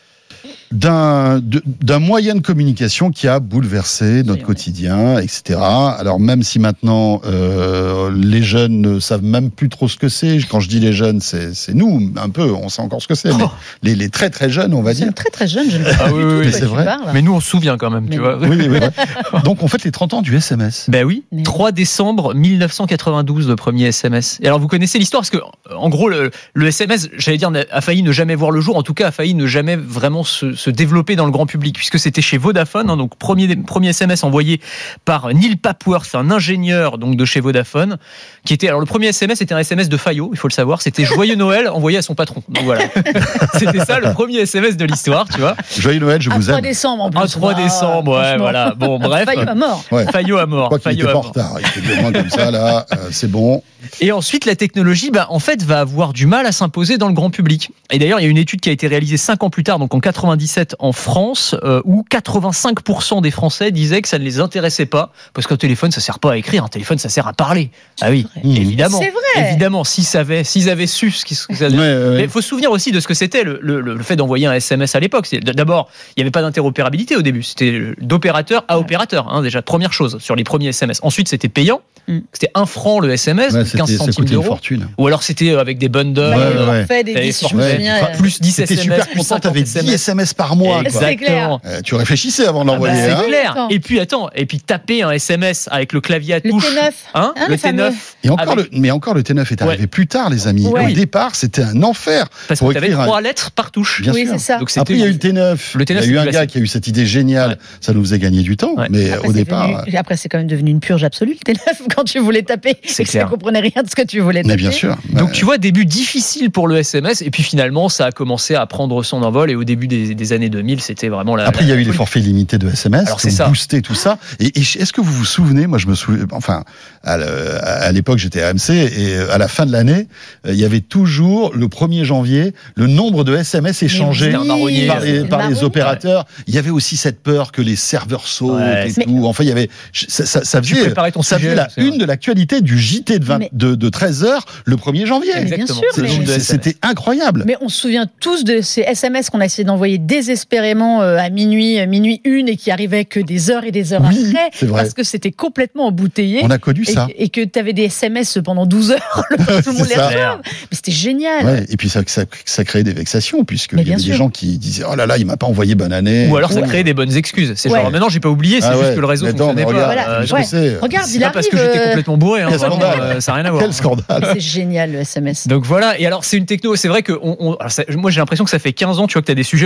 d'un, de- d'un moyen de communication qui a bouleversé notre Oui, quotidien, et cetera. Alors même si maintenant euh, les jeunes ne savent même plus trop ce que c'est. Quand je dis les jeunes, c'est, c'est nous un peu. On sait encore ce que c'est. Mais Oh. les, les très très jeunes, on va C'est dire. très très jeune, je ne sais Ah pas oui, du oui, tout oui, de c'est quoi tu vrai. parles. Mais nous, on se souvient quand même, Mais tu non. vois. Oui, oui, oui. Donc on fête les trente ans du S M S. Ben oui, Mais oui. trois décembre mille neuf cent quatre-vingt-douze, le premier S M S. Et alors, vous connaissez l'histoire parce que, en gros, le, le S M S, j'allais dire, a failli ne jamais voir le jour. En tout cas, a failli ne jamais vraiment se, se développer dans le grand public, puisque c'était chez Vodafone. Hein, donc, premier, premier S M S envoyé par Neil Papworth, un ingénieur donc de chez Vodafone, qui était. Alors, le premier S M S était un S M S de Fayot, il faut le savoir. C'était Joyeux Noël envoyé à son patron. Donc voilà, c'était ça le premier S M S de l'histoire, tu vois. Joyeux Noël, je Un vous trois aime. décembre en plus. Un trois Ah, décembre, ouais, franchement. voilà. Bon, bref. Failli à mort. Ouais. Fayot à Je mort. crois qu'il Fayot était à pas en mort. retard. Il était bien moins comme ça, là. Euh, c'est bon. Et ensuite, la technologie, bah, en fait, va avoir du mal à s'imposer dans le grand public. Et d'ailleurs, il y a une étude qui a été réalisée cinq ans plus tard, donc en quatre-vingt-dix-sept en France, euh, où quatre-vingt-cinq pour cent des Français disaient que ça ne les intéressait pas, parce qu'un téléphone, ça sert pas à écrire, un téléphone, ça sert à parler. Ah oui, Mmh. évidemment. C'est vrai. Évidemment, s'ils savaient, s'ils avaient su ce qui ce que ça. Ouais, ouais, Mais ouais. il faut se souvenir aussi de ce que c'était le, le, le fait d'envoyer un S M S à l'époque. C'est- D'abord, il n'y avait pas d'interopérabilité au début. C'était d'opérateur à opérateur, hein, déjà, première chose, sur les premiers S M S. Ensuite, c'était payant. Mm. C'était un franc le S M S, Ouais, donc c'était, quinze ça centimes coûtait une d'euros. fortune. Ou alors c'était avec des bundles. Bah, Ouais, il y a ouais, eu fait des T'avais dix, je me formé- souviens. Enfin, euh, Plus dix C'était S M S, super plus content, t'avais cinquante dix S M S par mois. C'est Quoi. clair. Euh, tu réfléchissais avant de Ah bah, l'envoyer. c'est hein. clair. Attends. Et puis attends, et puis taper un S M S avec le clavier à Le touche. T neuf. Hein, Hein, le le T neuf. Et encore Avec- le, mais encore le T neuf est arrivé Ouais. plus tard, les amis. Ouais. Au départ, c'était un enfer. Parce Pour que t'avais écrire un- trois lettres par touche. Bien Oui, sûr. c'est ça. Donc c'était Après, il y a eu le T neuf. Le T neuf, il y a eu c'est un plus gars classique. qui a eu cette idée géniale. Ouais. Ça nous faisait gagner du temps. Ouais. Mais Après, au c'est départ. devenu- après, c'est quand même devenu une purge absolue, le T neuf, quand tu voulais taper. C'est et que clair. tu comprenais rien de ce que tu voulais taper. Mais bien sûr. Donc Euh, tu vois, début difficile pour le S M S, et puis finalement ça a commencé à prendre son envol, et au début des, des années deux mille, c'était vraiment la... Après, il y a eu les folie. forfaits limités de S M S, Alors, qui c'est ont ça. boosté tout ça. Et, et est-ce que vous vous souvenez, moi je me souviens, enfin, à, le- à l'époque j'étais à A M C, et à la fin de l'année, euh, il y avait toujours, le premier janvier, le nombre de S M S échangés C'était un marronnier. par les, C'était par les marron. opérateurs. Il y avait aussi cette peur que les serveurs sautent Ouais, et c'est- tout. Enfin, il y avait, ça, ça, ça Tu faisait, préparais ton ça sujet, faisait la c'est vrai. une de l'actualité du J T de, vingt Mais- de, de treize heures le premier janvier. Mais bien Exactement. sûr, C'est le mais- nombre de C'est- S M S. C'était incroyable. Mais on se souvient tous de ces S M S qu'on a essayé d'envoyer désespérément euh, à minuit, euh, minuit une, et qui arrivaient que des heures et des heures Oui, après, c'est vrai. parce que c'était complètement embouteillé. On a connu Et, ça. et que tu avais des S M S pendant douze heures, le temps que tout le monde C'est les ça. reçoive. Mais c'était génial. Ouais, et puis ça, ça, ça créait des vexations, puisque Mais il y bien avait des sûr. gens qui disaient oh là là, il m'a pas envoyé bonne année. Ou alors ça Ouais. créait des bonnes excuses. C'est Ouais. genre, maintenant j'ai pas oublié, c'est Ah juste ouais. que le réseau Mais attends, fonctionnait mais pas. regarde, Euh, qu'est-ce ouais. que c'est Regarde, c'est il pas arrive. parce que j'étais euh, complètement bourré, hein, Quel vraiment, scandale. euh, ça n'a rien à voir. Quel scandale. C'est génial le S M S. Donc voilà, et alors c'est une techno, c'est vrai que on, on- alors ça- moi j'ai l'impression que ça fait quinze ans, tu vois, que tu as des sujets aussi sur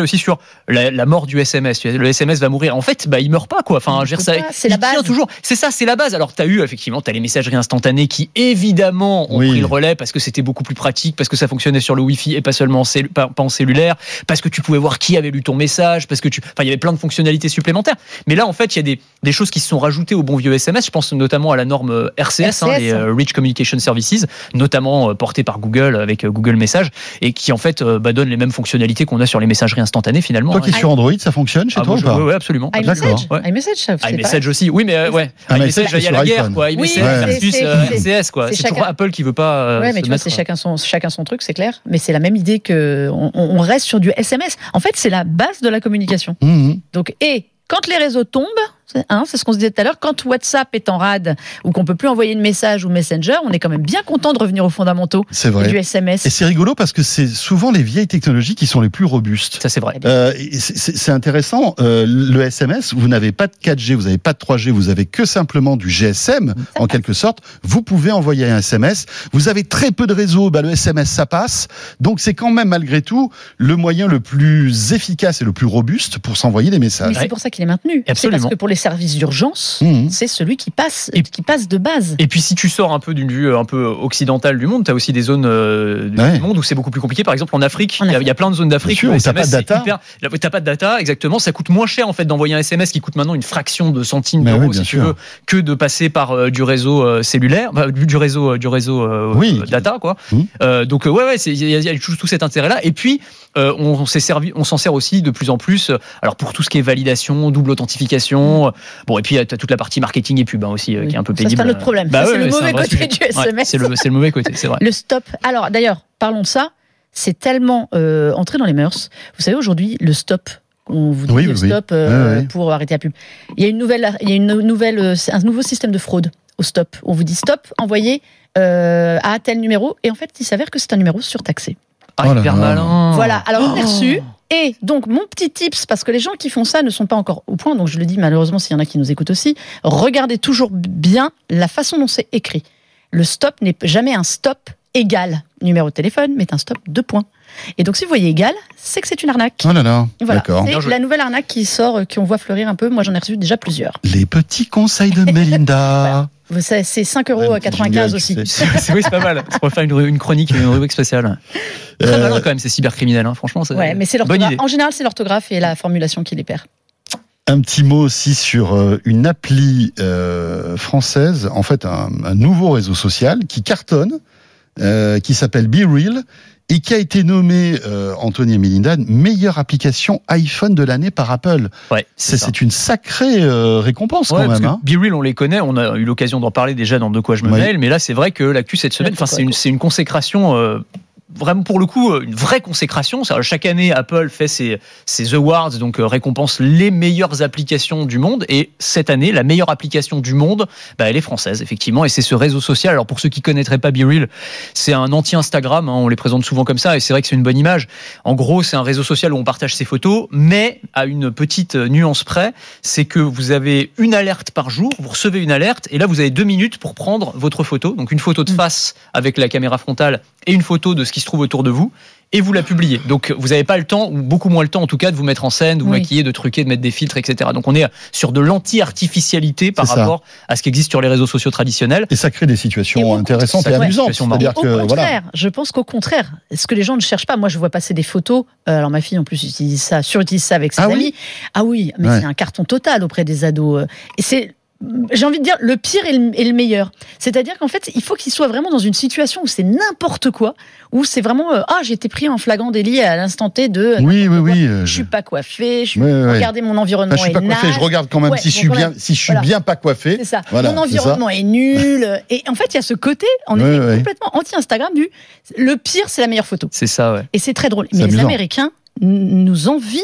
la, la mort du S M S. Le S M S va mourir. En fait, bah, il meurt pas, quoi. Enfin, je veux dire, ça, c'est il la tient base. toujours. C'est ça, c'est la base. Alors, t'as eu, effectivement, t'as les messageries instantanées qui, évidemment, ont Oui. pris le relais parce que c'était beaucoup plus pratique, parce que ça fonctionnait sur le Wi-Fi et pas seulement en, cellu- pas, pas en cellulaire, parce que tu pouvais voir qui avait lu ton message, parce que tu, enfin, il y avait plein de fonctionnalités supplémentaires. Mais là, en fait, il y a des, des choses qui se sont rajoutées au bon vieux S M S. Je pense notamment à la norme R C S, R C S, hein, les euh, Rich Communication Services, notamment euh, portée par Google avec euh, Google Message, et qui en fait euh, bah, donne les mêmes fonctionnalités qu'on a sur les messageries instantanées finalement. Toi qui es hein. sur Android, ça fonctionne chez Ah, toi moi, ou pas? je- ouais, ouais, absolument. iMessage, Ouais. iMessage, ça, c'est iMessage aussi, oui, mais euh, ouais. Ah, mais iMessage, c'est il y a sur la guerre, iPhone. quoi. iMessage Oui, versus c'est- euh, c'est- R C S, quoi. c'est C'est chacun- toujours Apple qui veut pas. euh, Ouais, mais se tu vois, mettre, c'est euh, chacun son, chacun son truc, c'est clair. Mais c'est la même idée que on, on reste sur du S M S. En fait, c'est la base de la communication. Mmh. Donc, et quand les réseaux tombent, c'est, hein, c'est ce qu'on se disait tout à l'heure, quand WhatsApp est en rade ou qu'on peut plus envoyer de messages ou Messenger, on est quand même bien content de revenir aux fondamentaux C'est du vrai. S M S. Et c'est rigolo parce que c'est souvent les vieilles technologies qui sont les plus robustes. Ça, c'est vrai. Euh, et c'est c'est- c'est intéressant. Euh, le S M S, vous n'avez pas de quatre G, vous n'avez pas de trois G, vous avez que simplement du G S M en quelque sorte. Vous pouvez envoyer un S M S. Vous avez très peu de réseau, bah, le S M S ça passe. Donc c'est quand même malgré tout le moyen le plus efficace et le plus robuste pour s'envoyer des Mais messages. c'est pour ça qu'il est maintenu. C'est Absolument. parce que pour les services d'urgence, Mmh. c'est celui qui passe, Et- qui passe de base. Et puis si tu sors un peu d'une vue un peu occidentale du monde, tu as aussi des zones euh, du Ouais. monde où c'est beaucoup plus compliqué. Par exemple en Afrique, En il y a- Afrique. il y, a plein de zones d'Afrique Bien sûr, où où le t'as pas de S M S, c'est data. hyper- là, t'as pas de data, exactement. Ça coûte moins cher en fait d'envoyer un S M S qui coûte maintenant une fraction de centimes Mais d'euros oui, bien si tu sûr. veux, que de passer par euh, du réseau euh, cellulaire, bah, du du réseau, euh, du réseau euh, Oui. euh, data quoi. Mmh. Euh, donc euh, ouais ouais, c'est- il y, a- il y a tout, tout cet intérêt là. Et puis euh, on, on s'est servi, on s'en sert aussi de plus en plus. euh, Alors pour tout ce qui est validation, double authentification. euh, Bon et puis tu as toute la partie marketing et pub hein, aussi euh, Oui. qui est un peu Ça, pénible. c'est un autre problème. Bah Ça, ouais, c'est le ouais, mauvais un vrai côté sujet. du S M S. Ouais, c'est le, c'est le mauvais côté, c'est vrai. Le stop. Alors d'ailleurs, parlons de ça. C'est tellement euh, entré dans les mœurs. Vous savez aujourd'hui le stop. On vous dit Oui, le oui, oui. stop euh, Ouais, ouais. pour arrêter la pub. Il y a une nouvelle, il y a une nouvelle, euh, un nouveau système de fraude au stop. On vous dit stop, envoyez euh, à tel numéro, et en fait, il s'avère que c'est un numéro surtaxé. Ah, Oh là hyper là. malin. Voilà. Alors on Oh. est reçu. Et donc mon petit tips, parce que les gens qui font ça ne sont pas encore au point, donc je le dis malheureusement s'il y en a qui nous écoutent aussi, regardez toujours bien la façon dont c'est écrit. Le stop n'est jamais un stop égal numéro de téléphone, mais un stop deux points. Et donc si vous voyez égal, c'est que c'est une arnaque. Oh là là, Voilà, d'accord. Bien c'est joué. la nouvelle arnaque qui sort, euh, qu'on voit fleurir un peu. Moi, j'en ai reçu déjà plusieurs. Les petits conseils de Melinda. C'est c'est cinq euros Ouais, quatre-vingt-quinze génial, aussi. tu sais. C'est, oui, c'est pas mal. On pourrait faire une, une chronique, une rubrique spéciale. Très Euh, malin quand même, ces cybercriminels. Hein. Franchement, c'est Ouais, mais c'est bonne l'orthographe. idée. En général, c'est l'orthographe et la formulation qui les perd. Un petit mot aussi sur euh, une appli euh, française, en fait un, un nouveau réseau social qui cartonne, euh, qui s'appelle BeReal et qui a été nommé, euh, Anthony et Melinda, meilleure application iPhone de l'année par Apple. Ouais, C'est, ça. c'est une sacrée euh, récompense Ouais, quand parce même. que Hein. BeReal, on les connaît, on a eu l'occasion d'en parler déjà dans De quoi je me Oui. mêle, mais là c'est vrai que l'actu cette semaine, enfin c'est une, c'est une consécration. Euh, Vraiment pour le coup une vraie consécration. C'est-à-dire, chaque année Apple fait ses, ses awards, donc euh, récompense les meilleures applications du monde, et cette année la meilleure application du monde, bah, elle est française effectivement, et c'est ce réseau social. Alors pour ceux qui connaîtraient pas BeReal, c'est un anti-Instagram, hein, on les présente souvent comme ça et c'est vrai que c'est une bonne image. En gros c'est un réseau social où on partage ses photos, mais à une petite nuance près, c'est que vous avez une alerte par jour, vous recevez une alerte et là vous avez deux minutes pour prendre votre photo, donc une photo de face avec la caméra frontale et une photo de ce qui se trouve autour de vous, et vous la publiez. Donc vous n'avez pas le temps, ou beaucoup moins le temps en tout cas, de vous mettre en scène, de vous Oui. maquiller, de truquer, de mettre des filtres, et cetera. Donc on est sur de l'anti-artificialité par C'est ça. rapport à ce qui existe sur les réseaux sociaux traditionnels. Et ça crée des Et situations au intéressantes contraire, et ouais, amusantes. situations C'est-à-dire Au que contraire, voilà. je pense qu'au contraire, ce que les gens ne cherchent pas, moi je vois passer des photos, euh, alors ma fille en plus utilise ça, surutilise ça avec ses Ah oui amis. Ah oui, mais Ouais. c'est un carton total auprès des ados. Et c'est, j'ai envie de dire, le pire et le, et le meilleur. C'est-à-dire qu'en fait, il faut qu'ils soient vraiment dans une situation où c'est n'importe quoi, où c'est vraiment, euh, ah, j'ai été pris en flagrant délit à l'instant T de, Oui, oui, oui. euh, je suis pas coiffé, je suis, Ouais, ouais. regardez mon environnement Enfin, je suis pas est coiffé, naze. je regarde quand même Ouais, si je bon, suis quand bien, même. si je suis Voilà. bien pas coiffé. C'est ça. Voilà, Mon c'est environnement est, nul. Et en fait, il y a ce côté, en Ouais, effet, ouais. complètement anti-Instagram du, le pire, c'est la meilleure photo. C'est ça, ouais. Et c'est très drôle. C'est Mais les amusant. Américains n- nous envient.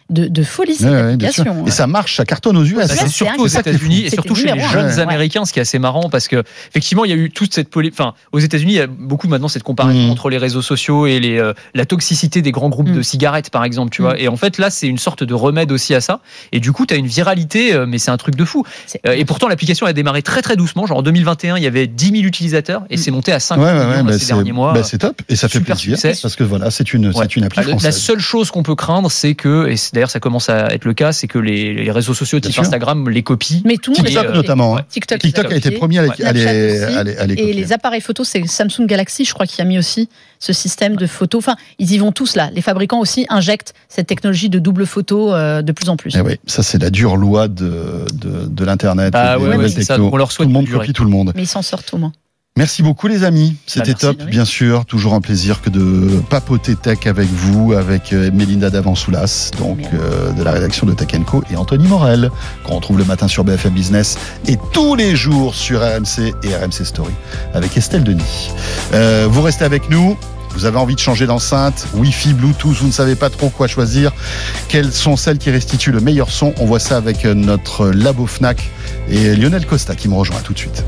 de, de folie cette ouais, application. ouais, et ça marche, ça cartonne aux U S. Bah, c'est c'est surtout aux États-Unis et surtout chez les jeunes ouais. Américains, ce qui est assez marrant parce que effectivement il y a eu toute cette polémique. Enfin, aux États-Unis, il y a beaucoup maintenant cette comparaison mmh. entre les réseaux sociaux et les, euh, la toxicité des grands groupes mmh. de cigarettes, par exemple. Tu mmh. vois. Et en fait, là, c'est une sorte de remède aussi à ça. Et du coup, tu as une viralité, euh, mais c'est un truc de fou. Euh, et pourtant, l'application a démarré très très doucement. Genre en deux mille vingt et un, il y avait dix mille utilisateurs et mmh. c'est monté à cinq ouais, millions ouais, bah ces derniers mois. Bah c'est top et ça fait plaisir succès. Parce que voilà, c'est une, ouais. c'est une appli française. La seule chose qu'on peut craindre, c'est que, et d'ailleurs ça commence à être le cas, c'est que les, les réseaux sociaux type Instagram les copient. Mais tout le monde TikTok euh, notamment. Ouais. TikTok, TikTok a été le premier à les, à les, à les, à les copier. Et les appareils photos, c'est Samsung Galaxy, je crois, qui a mis aussi ce système de photos. Enfin, ils y vont tous là. Les fabricants aussi injectent cette technologie de double photo euh, de plus en plus. Et oui, ça c'est la dure loi de, de, de l'internet. Ah ouais, ouais, c'est ça. Donc on leur souhaite tout le monde durer. copie tout le monde. Mais ils s'en sortent au moins. Merci beaucoup les amis, c'était bah, top, Cédric. Bien sûr, toujours un plaisir que de papoter tech avec vous, avec Mélinda Davansoulas, donc euh, de la rédaction de Tech and Co, et Anthony Morel, qu'on retrouve le matin sur B F M Business et tous les jours sur R M C et R M C Story, avec Estelle Denis. Euh, vous restez avec nous. Vous avez envie de changer d'enceinte, Wi-Fi, Bluetooth, vous ne savez pas trop quoi choisir. Quelles sont celles qui restituent le meilleur son? On voit ça avec notre labo Fnac et Lionel Costa qui me rejoint tout de suite.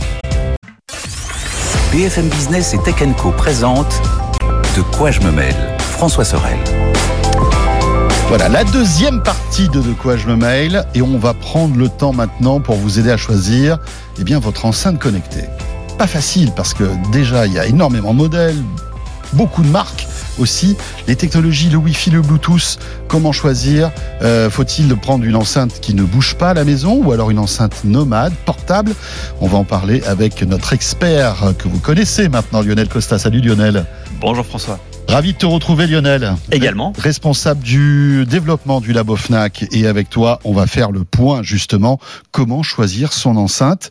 B F M Business et Tech and Co présente De quoi je me mêle, François Sorel. Voilà, la deuxième partie de De quoi je me mêle, et on va prendre le temps maintenant pour vous aider à choisir eh bien, votre enceinte connectée. Pas facile parce que déjà il y a énormément de modèles, beaucoup de marques aussi, les technologies, le Wi-Fi, le Bluetooth, comment choisir? euh, Faut-il prendre une enceinte qui ne bouge pas à la maison ou alors une enceinte nomade, portable? On va en parler avec notre expert que vous connaissez maintenant, Lionel Costa. Salut Lionel. Bonjour François. Ravi de te retrouver Lionel. Également. Responsable du développement du labo Fnac, et avec toi on va faire le point justement, comment choisir son enceinte.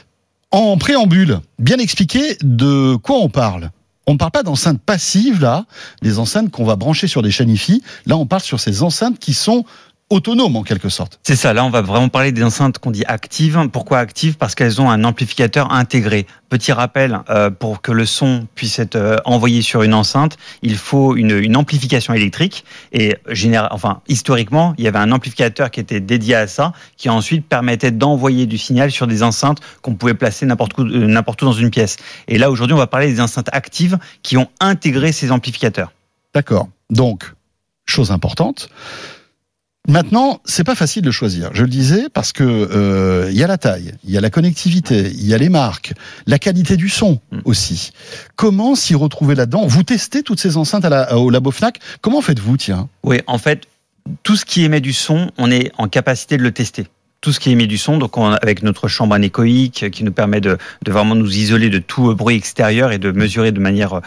En préambule, bien expliquer de quoi on parle. On ne parle pas d'enceintes passives, là, les enceintes qu'on va brancher sur des chaînes Hi-Fi. Là, on parle sur ces enceintes qui sont autonomes, en quelque sorte. C'est ça, là, on va vraiment parler des enceintes qu'on dit actives. Pourquoi actives? Parce qu'elles ont un amplificateur intégré. Petit rappel, euh, pour que le son puisse être euh, envoyé sur une enceinte, il faut une, une amplification électrique. Et général, enfin, historiquement, il y avait un amplificateur qui était dédié à ça, qui ensuite permettait d'envoyer du signal sur des enceintes qu'on pouvait placer n'importe où, euh, n'importe où dans une pièce. Et là, aujourd'hui, on va parler des enceintes actives qui ont intégré ces amplificateurs. D'accord. Donc, chose importante. Maintenant, c'est pas facile de choisir. Je le disais parce que euh, il y a la taille, il y a la connectivité, il y a les marques, la qualité du son aussi. Comment s'y retrouver là-dedans? Vous testez toutes ces enceintes à la, au labo Fnac. Comment faites-vous, tiens? Oui, en fait, tout ce qui émet du son, on est en capacité de le tester. Tout ce qui émet du son, donc on, avec notre chambre anéchoïque qui nous permet de, de vraiment nous isoler de tout bruit extérieur et de mesurer de manière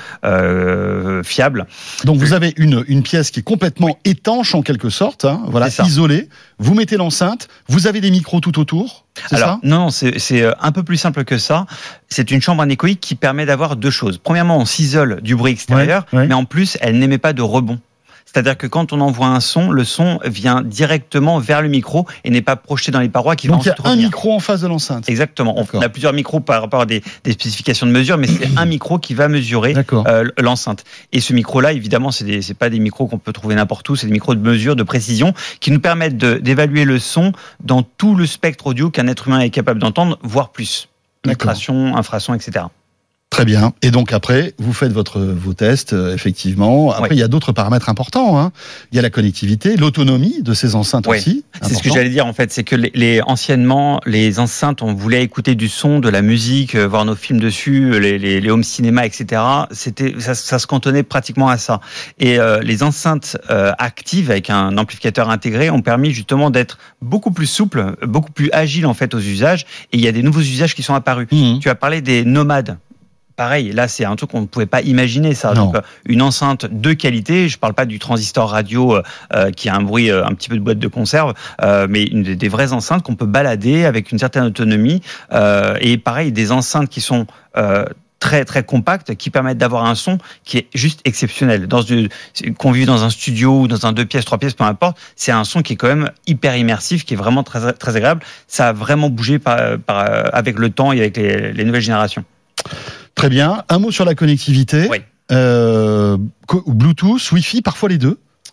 euh, fiable. Donc vous avez une, une pièce qui est complètement oui. étanche en quelque sorte, hein, voilà, isolée. Vous mettez l'enceinte, vous avez des micros tout autour. C'est Alors, ça non, c'est, c'est un peu plus simple que ça. C'est une chambre anéchoïque qui permet d'avoir deux choses. Premièrement, on s'isole du bruit extérieur, ouais, ouais. mais en plus, elle n'émet pas de rebond. C'est-à-dire que quand on envoie un son, le son vient directement vers le micro et n'est pas projeté dans les parois qui vont ensuite revenir. Donc il y a un micro en face de l'enceinte. Exactement. D'accord. On a plusieurs micros par rapport à des, des spécifications de mesure, mais c'est un micro qui va mesurer euh, l'enceinte. Et ce micro-là, évidemment, c'est, des, c'est pas des micros qu'on peut trouver n'importe où, c'est des micros de mesure, de précision, qui nous permettent de, d'évaluer le son dans tout le spectre audio qu'un être humain est capable d'entendre, voire plus. Ultrason, infrason, et cetera. Très bien. Et donc après, vous faites votre, vos tests, euh, effectivement. Après, oui. il y a d'autres paramètres importants. Hein. Il y a la connectivité, l'autonomie de ces enceintes oui. aussi. C'est important. Ce que j'allais dire en fait, c'est que les, les anciennement, les enceintes, on voulait écouter du son, de la musique, euh, voir nos films dessus, les, les, les home cinéma, et cetera. C'était, ça, ça se cantonnait pratiquement à ça. Et euh, les enceintes euh, actives avec un amplificateur intégré ont permis justement d'être beaucoup plus souples, beaucoup plus agiles en fait aux usages. Et il y a des nouveaux usages qui sont apparus. Mmh. Tu as parlé des nomades. Pareil, là, c'est un truc qu'on ne pouvait pas imaginer, ça. Non. Donc, une enceinte de qualité, je ne parle pas du transistor radio euh, qui a un bruit, euh, un petit peu de boîte de conserve, euh, mais une, des vraies enceintes qu'on peut balader avec une certaine autonomie. Euh, et pareil, des enceintes qui sont euh, très, très compactes, qui permettent d'avoir un son qui est juste exceptionnel. Dans une, qu'on vive dans un studio ou dans un deux pièces, trois pièces, peu importe, c'est un son qui est quand même hyper immersif, qui est vraiment très, très agréable. Ça a vraiment bougé par, par, avec le temps et avec les, les nouvelles générations. Très bien. Un mot sur la connectivité. Oui. Euh, Bluetooth, Wi-Fi, parfois les deux.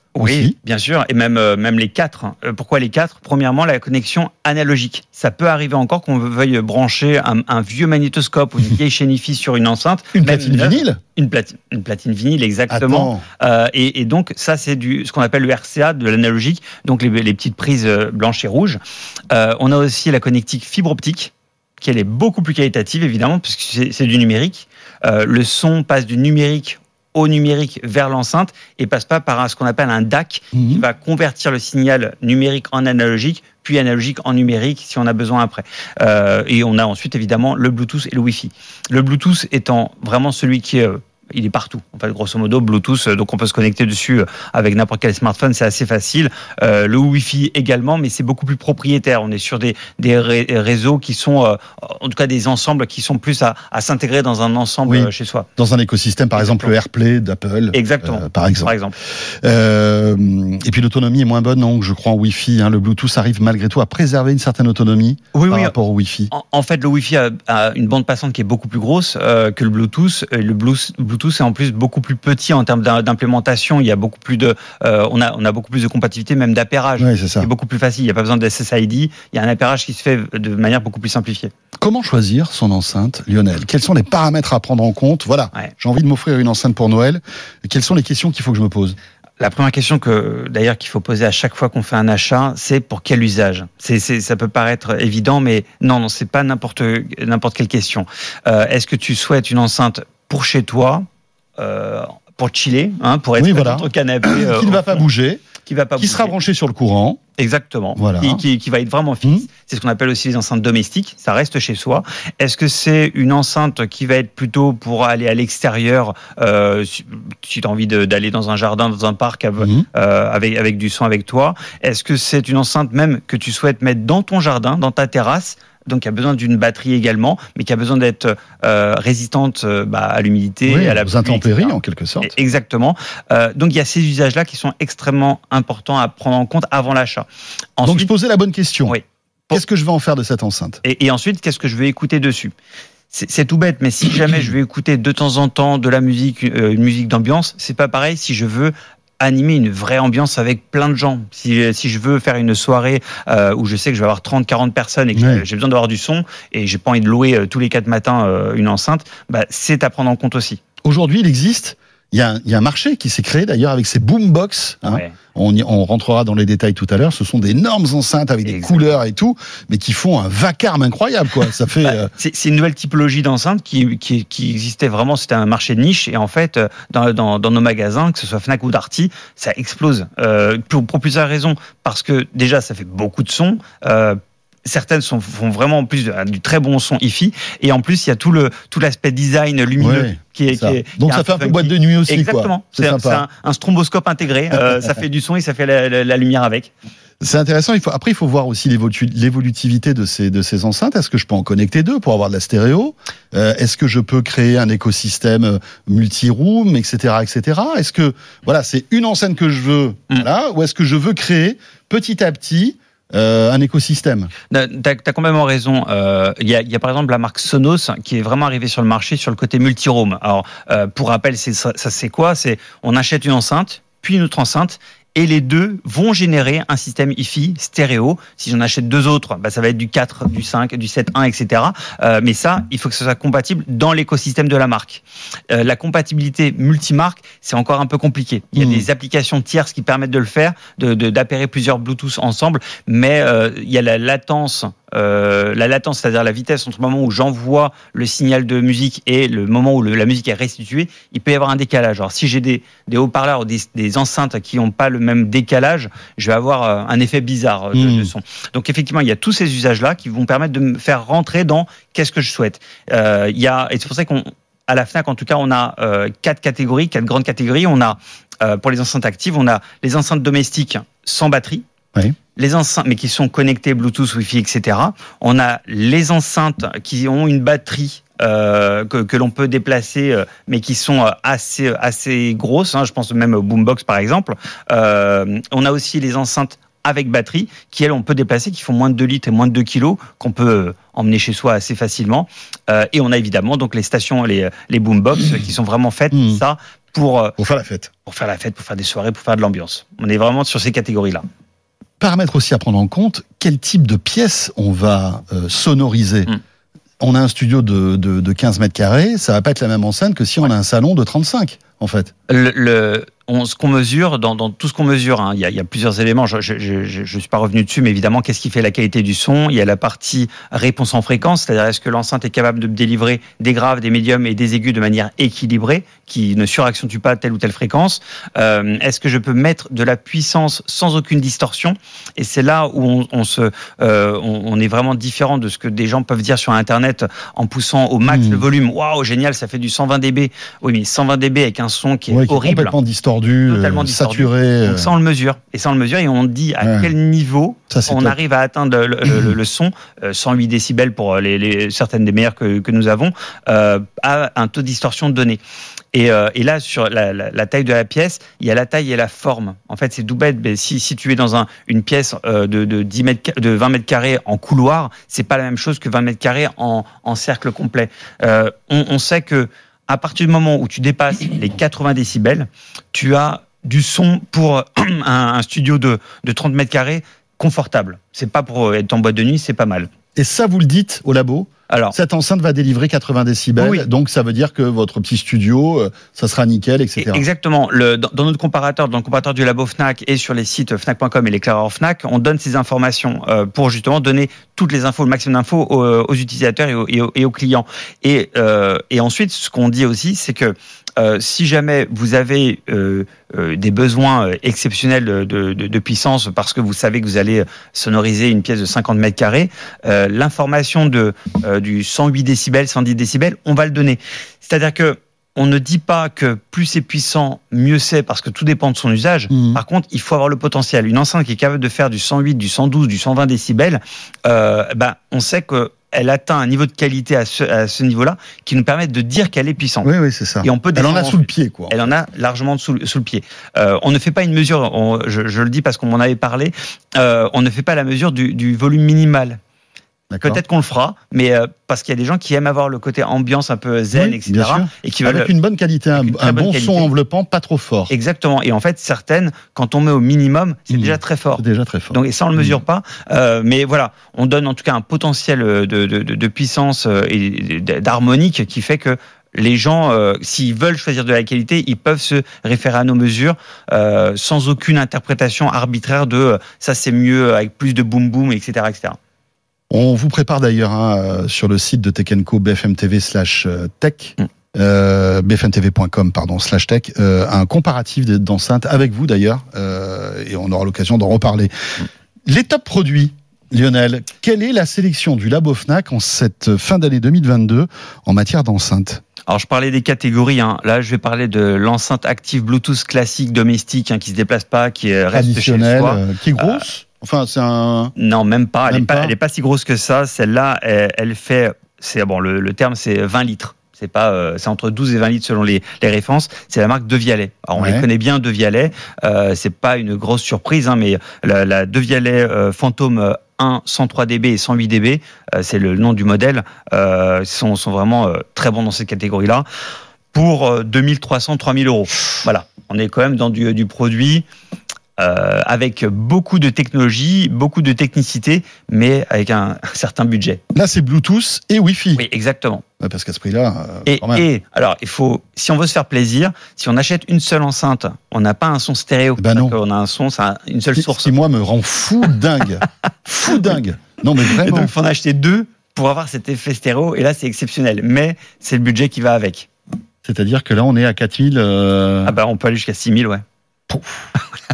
Oui, aussi. bien sûr, et même euh, même les quatre. Pourquoi les quatre ? Premièrement, la connexion analogique. Ça peut arriver encore qu'on veuille brancher un, un vieux magnétoscope ou une vieille chaîne hi-fi sur une enceinte. Une platine neuve, vinyle. Une platine, une platine vinyle, exactement. Euh, et, et donc ça, c'est du ce qu'on appelle le R C A, de l'analogique. Donc les, les petites prises blanches et rouges. Euh, on a aussi la connectique fibre optique, qui elle est beaucoup plus qualitative évidemment, puisque c'est, c'est du numérique. Euh, le son passe du numérique au numérique vers l'enceinte et passe pas par ce qu'on appelle un D A C mmh. qui va convertir le signal numérique en analogique, puis analogique en numérique si on a besoin après. Euh, et on a ensuite évidemment le Bluetooth et le Wi-Fi. Le Bluetooth étant vraiment celui qui est euh, il est partout. En fait, grosso modo, Bluetooth, donc on peut se connecter dessus avec n'importe quel smartphone, c'est assez facile. Euh, le Wi-Fi également, mais c'est beaucoup plus propriétaire. On est sur des, des réseaux qui sont, euh, en tout cas des ensembles qui sont plus à, à s'intégrer dans un ensemble oui, chez soi. Dans un écosystème, par Exactement. exemple, le AirPlay d'Apple. Exactement. Euh, par exemple. Par exemple. Euh, et puis l'autonomie est moins bonne, non, je crois, en Wi-Fi. Hein. Le Bluetooth arrive malgré tout à préserver une certaine autonomie oui, par oui. rapport au Wi-Fi. En, en fait, le Wi-Fi a, a une bande passante qui est beaucoup plus grosse euh, que le Bluetooth. Le Bluetooth est en plus beaucoup plus petit en termes d'implémentation. Il y a beaucoup plus de, euh, on a, on a beaucoup plus de compatibilité, même d'appairage. Oui, c'est ça. C'est beaucoup plus facile. Il n'y a pas besoin d'S S I D. Il y a un appairage qui se fait de manière beaucoup plus simplifiée. Comment choisir son enceinte, Lionel ? Quels sont les paramètres à prendre en compte ? Voilà, ouais. J'ai envie de m'offrir une enceinte pour Noël. Quelles sont les questions qu'il faut que je me pose ? La première question que, d'ailleurs, qu'il faut poser à chaque fois qu'on fait un achat, c'est pour quel usage ? C'est, c'est, ça peut paraître évident, mais non, non, c'est pas n'importe, n'importe quelle question. Euh, est-ce que tu souhaites une enceinte pour chez toi ? Euh, pour chiller, hein, pour être oui, voilà. au canapé, euh, qui ne va pas bouger, qui va pas qui bouger. sera branché sur le courant. Exactement. Voilà. Qui, qui, qui va être vraiment fixe. Mmh. C'est ce qu'on appelle aussi les enceintes domestiques. Ça reste chez soi. Est-ce que c'est une enceinte qui va être plutôt pour aller à l'extérieur, euh, si tu as envie de, d'aller dans un jardin, dans un parc avec, mmh. euh, avec, avec du son avec toi? Est-ce que c'est une enceinte même que tu souhaites mettre dans ton jardin, dans ta terrasse? Donc, qui a besoin d'une batterie également, mais qui a besoin d'être euh, résistante euh, bah, à l'humidité, oui, à la aux intempéries, en quelque sorte. Exactement. Euh, donc, il y a ces usages-là qui sont extrêmement importants à prendre en compte avant l'achat. Ensuite, donc, je posais la bonne question. Oui. Qu'est-ce que je vais en faire de cette enceinte ? et, et ensuite, qu'est-ce que je vais écouter dessus ? C'est, c'est tout bête, mais si jamais je vais écouter de temps en temps de la musique, euh, une musique d'ambiance, c'est pas pareil si je veux animer une vraie ambiance avec plein de gens. Si, si je veux faire une soirée euh, où je sais que je vais avoir trente, quarante personnes et que ouais. j'ai besoin d'avoir du son et j'ai pas envie de louer euh, tous les quatre matins euh, une enceinte, bah, c'est à prendre en compte aussi. Aujourd'hui, il existe, il y a, il y a un marché qui s'est créé d'ailleurs avec ces boombox. Hein. Ouais. On, y, on rentrera dans les détails tout à l'heure. Ce sont d'énormes enceintes avec des Exactement. couleurs et tout, mais qui font un vacarme incroyable, quoi. Ça fait. bah, euh... c'est, c'est une nouvelle typologie d'enceinte qui, qui, qui existait vraiment. C'était un marché de niche et en fait, dans, dans, dans nos magasins, que ce soit Fnac ou Darty, ça explose euh, pour, pour plusieurs raisons. Parce que déjà, ça fait beaucoup de sons. Euh, Certaines sont, font vraiment en plus de, du très bon son hi-fi et en plus il y a tout le tout l'aspect design lumineux ouais, qui est, qui est donc qui ça fait un peu boîte de nuit aussi. Exactement. Quoi. C'est, c'est, sympa. c'est un, un stromboscope intégré. euh, ça fait du son et ça fait la, la, la lumière avec. C'est intéressant. Il faut, après, il faut voir aussi l'évolutivité de ces, de ces enceintes. Est-ce que je peux en connecter deux pour avoir de la stéréo ? euh, Est-ce que je peux créer un écosystème multi-room, et cetera, et cetera. Est-ce que, voilà, c'est une enceinte que je veux, mm. voilà, ou est-ce que je veux créer petit à petit Euh, un écosystème. T'as, t'as complètement raison. Il euh, y, a, y a par exemple la marque Sonos qui est vraiment arrivée sur le marché sur le côté multi-room. Alors, euh, pour rappel, c'est, ça, ça c'est quoi ? C'est on achète une enceinte, puis une autre enceinte. Et les deux vont générer un système hi-fi stéréo. Si j'en achète deux autres, bah ça va être du quatre, du cinq, du sept point un, et cetera. Euh, mais ça, il faut que ce soit compatible dans l'écosystème de la marque. Euh, la compatibilité multimarque, c'est encore un peu compliqué. Il y a mmh. des applications tierces qui permettent de le faire, de, de, d'appairer plusieurs Bluetooth ensemble, mais euh, il y a la latence. Euh, la latence, c'est-à-dire la vitesse entre le moment où j'envoie le signal de musique et le moment où le, la musique est restituée, il peut y avoir un décalage. Alors, si j'ai des, des haut-parleurs ou des, des enceintes qui n'ont pas le même décalage, je vais avoir un effet bizarre de, mmh. de son. Donc, effectivement, il y a tous ces usages-là qui vont permettre de me faire rentrer dans qu'est-ce que je souhaite. Euh, il y a, et c'est pour ça qu'on, à la Fnac, en tout cas, on a euh, quatre catégories, quatre grandes catégories. On a, euh, pour les enceintes actives, on a les enceintes domestiques sans batterie. Oui. Les enceintes, mais qui sont connectées Bluetooth, Wi-Fi, et cetera. On a les enceintes qui ont une batterie euh, que, que l'on peut déplacer, euh, mais qui sont assez assez grosses. Hein, je pense même au Boombox par exemple. Euh, on a aussi les enceintes avec batterie, qui elles on peut déplacer, qui font moins de deux litres et moins de deux kilos, qu'on peut emmener chez soi assez facilement. Euh, et on a évidemment donc les stations, les les Boombox, qui sont vraiment faites mmh. ça. pour, pour faire la fête. Pour faire la fête, pour faire des soirées, pour faire de l'ambiance. On est vraiment sur ces catégories-là. Paramètre aussi à prendre en compte, quel type de pièces on va euh, sonoriser. Mmh. On a un studio de, de, de quinze mètres carrés, ça va pas être la même enceinte que si on a un salon de trente-cinq, en fait. Le, le, on, ce qu'on mesure, dans, dans tout ce qu'on mesure, hein, il y a, il y a plusieurs éléments. Je, je, je, je suis pas revenu dessus, mais évidemment, qu'est-ce qui fait la qualité du son ? Il y a la partie réponse en fréquence, c'est-à-dire est-ce que l'enceinte est capable de délivrer des graves, des médiums et des aigus de manière équilibrée, qui ne suraccentuent pas telle ou telle fréquence. Euh, est-ce que je peux mettre de la puissance sans aucune distorsion ? Et c'est là où on, on se, euh, on, on est vraiment différent de ce que des gens peuvent dire sur Internet en poussant au max mmh. le volume. Waouh, génial, ça fait du cent vingt décibels. Oui, mais cent vingt décibels avec un son qui est ouais, horrible, qui est complètement distordu, totalement distordu. saturé. Donc ça on le mesure, et ça on le mesure et on dit à ouais. quel niveau ça, on top. arrive à atteindre le, le, le, le son, euh, cent huit décibels pour les, les certaines des meilleures que, que nous avons, euh, à un taux de distorsion donné. Et, euh, et là, sur la, la, la taille de la pièce, il y a la taille et la forme. En fait, c'est tout bête. Mais si, si tu es dans un, une pièce euh, de, de, dix mètres, de vingt mètres carrés en couloir, c'est pas la même chose que vingt mètres carrés en, en cercle complet. Euh, on, on sait que à partir du moment où tu dépasses les quatre-vingts décibels, tu as du son pour un, un studio de, de trente mètres carrés confortable. C'est pas pour être en boîte de nuit, c'est pas mal. Et ça, vous le dites au labo ? Alors, cette enceinte va délivrer quatre-vingts décibels, oui. donc ça veut dire que votre petit studio, ça sera nickel, et cetera. Exactement. Le, dans, dans notre comparateur, dans le comparateur du labo Fnac et sur les sites Fnac point com et l'éclaireur Fnac, on donne ces informations euh, pour justement donner toutes les infos, le maximum d'infos aux, aux utilisateurs et aux, et aux, et aux clients. Et, euh, et ensuite, ce qu'on dit aussi, c'est que Euh, si jamais vous avez euh, euh, des besoins exceptionnels de, de, de puissance parce que vous savez que vous allez sonoriser une pièce de cinquante mètres carrés, euh, l'information de, euh, du cent huit décibels, cent dix décibels, on va le donner. C'est-à-dire que on ne dit pas que plus c'est puissant, mieux c'est, parce que tout dépend de son usage. Mmh. Par contre, il faut avoir le potentiel. Une enceinte qui est capable de faire du cent huit, du cent douze, du cent vingt décibels, euh, ben, on sait que elle atteint un niveau de qualité à ce, à ce niveau-là qui nous permet de dire qu'elle est puissante. Oui, oui, c'est ça. Et on peut elle en a sous le pied, quoi. Elle en a largement sous, sous le pied. Euh, on ne fait pas une mesure, on, je, je le dis parce qu'on m'en avait parlé, euh, on ne fait pas la mesure du, du volume minimal. D'accord. Peut-être qu'on le fera, mais euh, parce qu'il y a des gens qui aiment avoir le côté ambiance un peu zen, oui, et cetera. Et qui avec veulent, une bonne qualité, un, un bon qualité. Son enveloppant, pas trop fort. Exactement. Et en fait, certaines, quand on met au minimum, c'est mmh. déjà très fort. C'est déjà très fort. Donc, et ça, on le mesure mmh. pas. Euh, mais voilà, on donne en tout cas un potentiel de, de, de, de puissance et d'harmonique qui fait que les gens, euh, s'ils veulent choisir de la qualité, ils peuvent se référer à nos mesures euh, sans aucune interprétation arbitraire de euh, ça c'est mieux avec plus de boom boom, et cetera, et cetera. On vous prépare d'ailleurs hein, sur le site de Tech and Co, B F M T V slash tech, mm. euh, B F M T V point com pardon slash tech, euh, un comparatif d'enceintes avec vous d'ailleurs, euh, et on aura l'occasion d'en reparler. Mm. Les top produits, Lionel, quelle est la sélection du Labo Fnac en cette fin d'année deux mille vingt-deux en matière d'enceintes ? Alors, je parlais des catégories. Hein. Là, je vais parler de l'enceinte active Bluetooth classique domestique hein, qui se déplace pas, qui reste chez soi, euh, qui est grosse. Euh, Enfin, c'est un. Non, même pas. Même elle est pas, pas. Elle est pas si grosse que ça. Celle-là, elle, elle fait. C'est bon. Le, le terme, c'est vingt litres. C'est pas. Euh, c'est entre douze et vingt litres selon les, les références. C'est la marque Devialet. Alors, on ouais. les connaît bien, Devialet. Euh, c'est pas une grosse surprise, hein, mais la, la Devialet euh, Phantom un, cent trois décibels et cent huit décibels, euh, c'est le nom du modèle. Euh, sont, sont vraiment euh, très bons dans cette catégorie-là. Pour euh, deux mille trois cents, trois mille euros. Voilà. On est quand même dans du, du produit. Euh, avec beaucoup de technologie, beaucoup de technicité, mais avec un, un certain budget. Là, c'est Bluetooth et Wi-Fi. Oui, exactement. Ouais, parce qu'à ce prix-là, euh, et, quand même. Et alors, il faut, si on veut se faire plaisir, si on achète une seule enceinte, on n'a pas un son stéréo. Ben non. On a un son, c'est une seule qui, source. Qui moi me rend fou dingue, fou dingue. Non, mais vraiment. Et donc, il faut en acheter deux pour avoir cet effet stéréo. Et là, c'est exceptionnel. Mais c'est le budget qui va avec. C'est-à-dire que là, on est à quatre mille. Euh... Ah bah, on peut aller jusqu'à six mille, ouais. Pouf.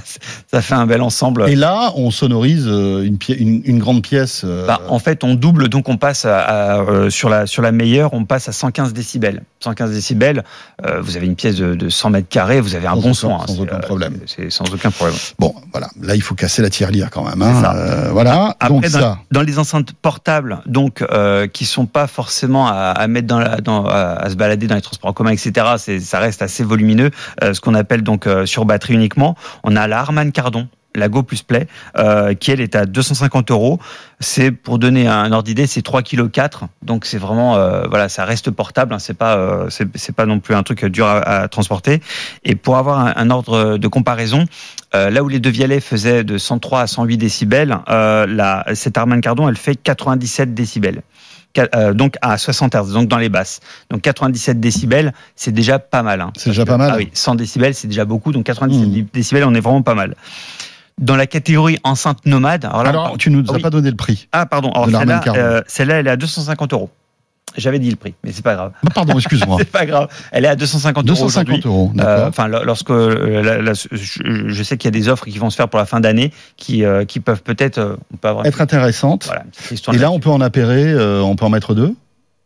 Ça fait un bel ensemble. Et là, on sonorise une, pi- une, une grande pièce. Euh... Bah, en fait, on double, donc on passe à, à, euh, sur la sur la meilleure, on passe à cent quinze décibels. cent quinze décibels, euh, vous avez une pièce de, de cent mètres carrés, vous avez un sans bon aucun, son. Hein, sans aucun euh, problème. C'est, c'est sans aucun problème. Bon, voilà. Là, il faut casser la tirelire quand même. Hein. Euh, voilà. Après, donc dans, ça. Dans les enceintes portables, donc euh, qui sont pas forcément à, à mettre dans, la, dans à, à se balader dans les transports en commun, et cetera. C'est, ça reste assez volumineux. Euh, ce qu'on appelle donc euh, sur batterie uniquement. On a la Harman Kardon. la Go Plus Play, euh, qui elle est à deux cent cinquante euros. C'est, pour donner un ordre d'idée, c'est trois virgule quatre kilos. Donc c'est vraiment, euh, voilà, ça reste portable. Hein, c'est pas, euh, c'est, c'est pas non plus un truc dur à, à transporter. Et pour avoir un, un ordre de comparaison, euh, là où les Devialet faisaient de cent trois à cent huit décibels, euh, la, cette Harman Kardon, elle fait quatre-vingt-dix-sept décibels. Euh, donc à soixante hertz, donc dans les basses. Donc quatre-vingt-dix-sept décibels, c'est déjà pas mal. Hein. C'est déjà pas mal. Ah oui, cent décibels, c'est déjà beaucoup. Donc quatre-vingt-dix-sept mmh. décibels, on est vraiment pas mal. Dans la catégorie enceinte nomade. Alors, là, alors tu nous ah, as oui. pas donné le prix. Ah pardon. Alors celle-là, euh, celle-là, elle est à deux cent cinquante euros. J'avais dit le prix, mais c'est pas grave. Ah, pardon, excuse-moi. C'est pas grave. Elle est à deux cent cinquante euros. deux cent cinquante euros, d'accord. Enfin, euh, lorsque euh, la, la, je, je sais qu'il y a des offres qui vont se faire pour la fin d'année, qui euh, qui peuvent peut-être euh, on peut avoir être intéressantes. Voilà, et là, on peut en appairer, euh, on peut en mettre deux.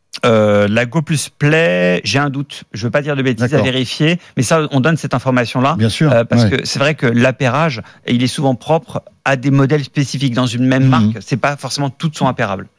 Euh, la Go Plus Play, j'ai un doute. Je veux pas dire de bêtises, D'accord. à vérifier, mais ça, on donne cette information-là. Bien sûr. Euh, parce ouais. que c'est vrai que l'appairage, il est souvent propre à des modèles spécifiques dans une même mmh. marque. C'est pas forcément toutes sont appairables.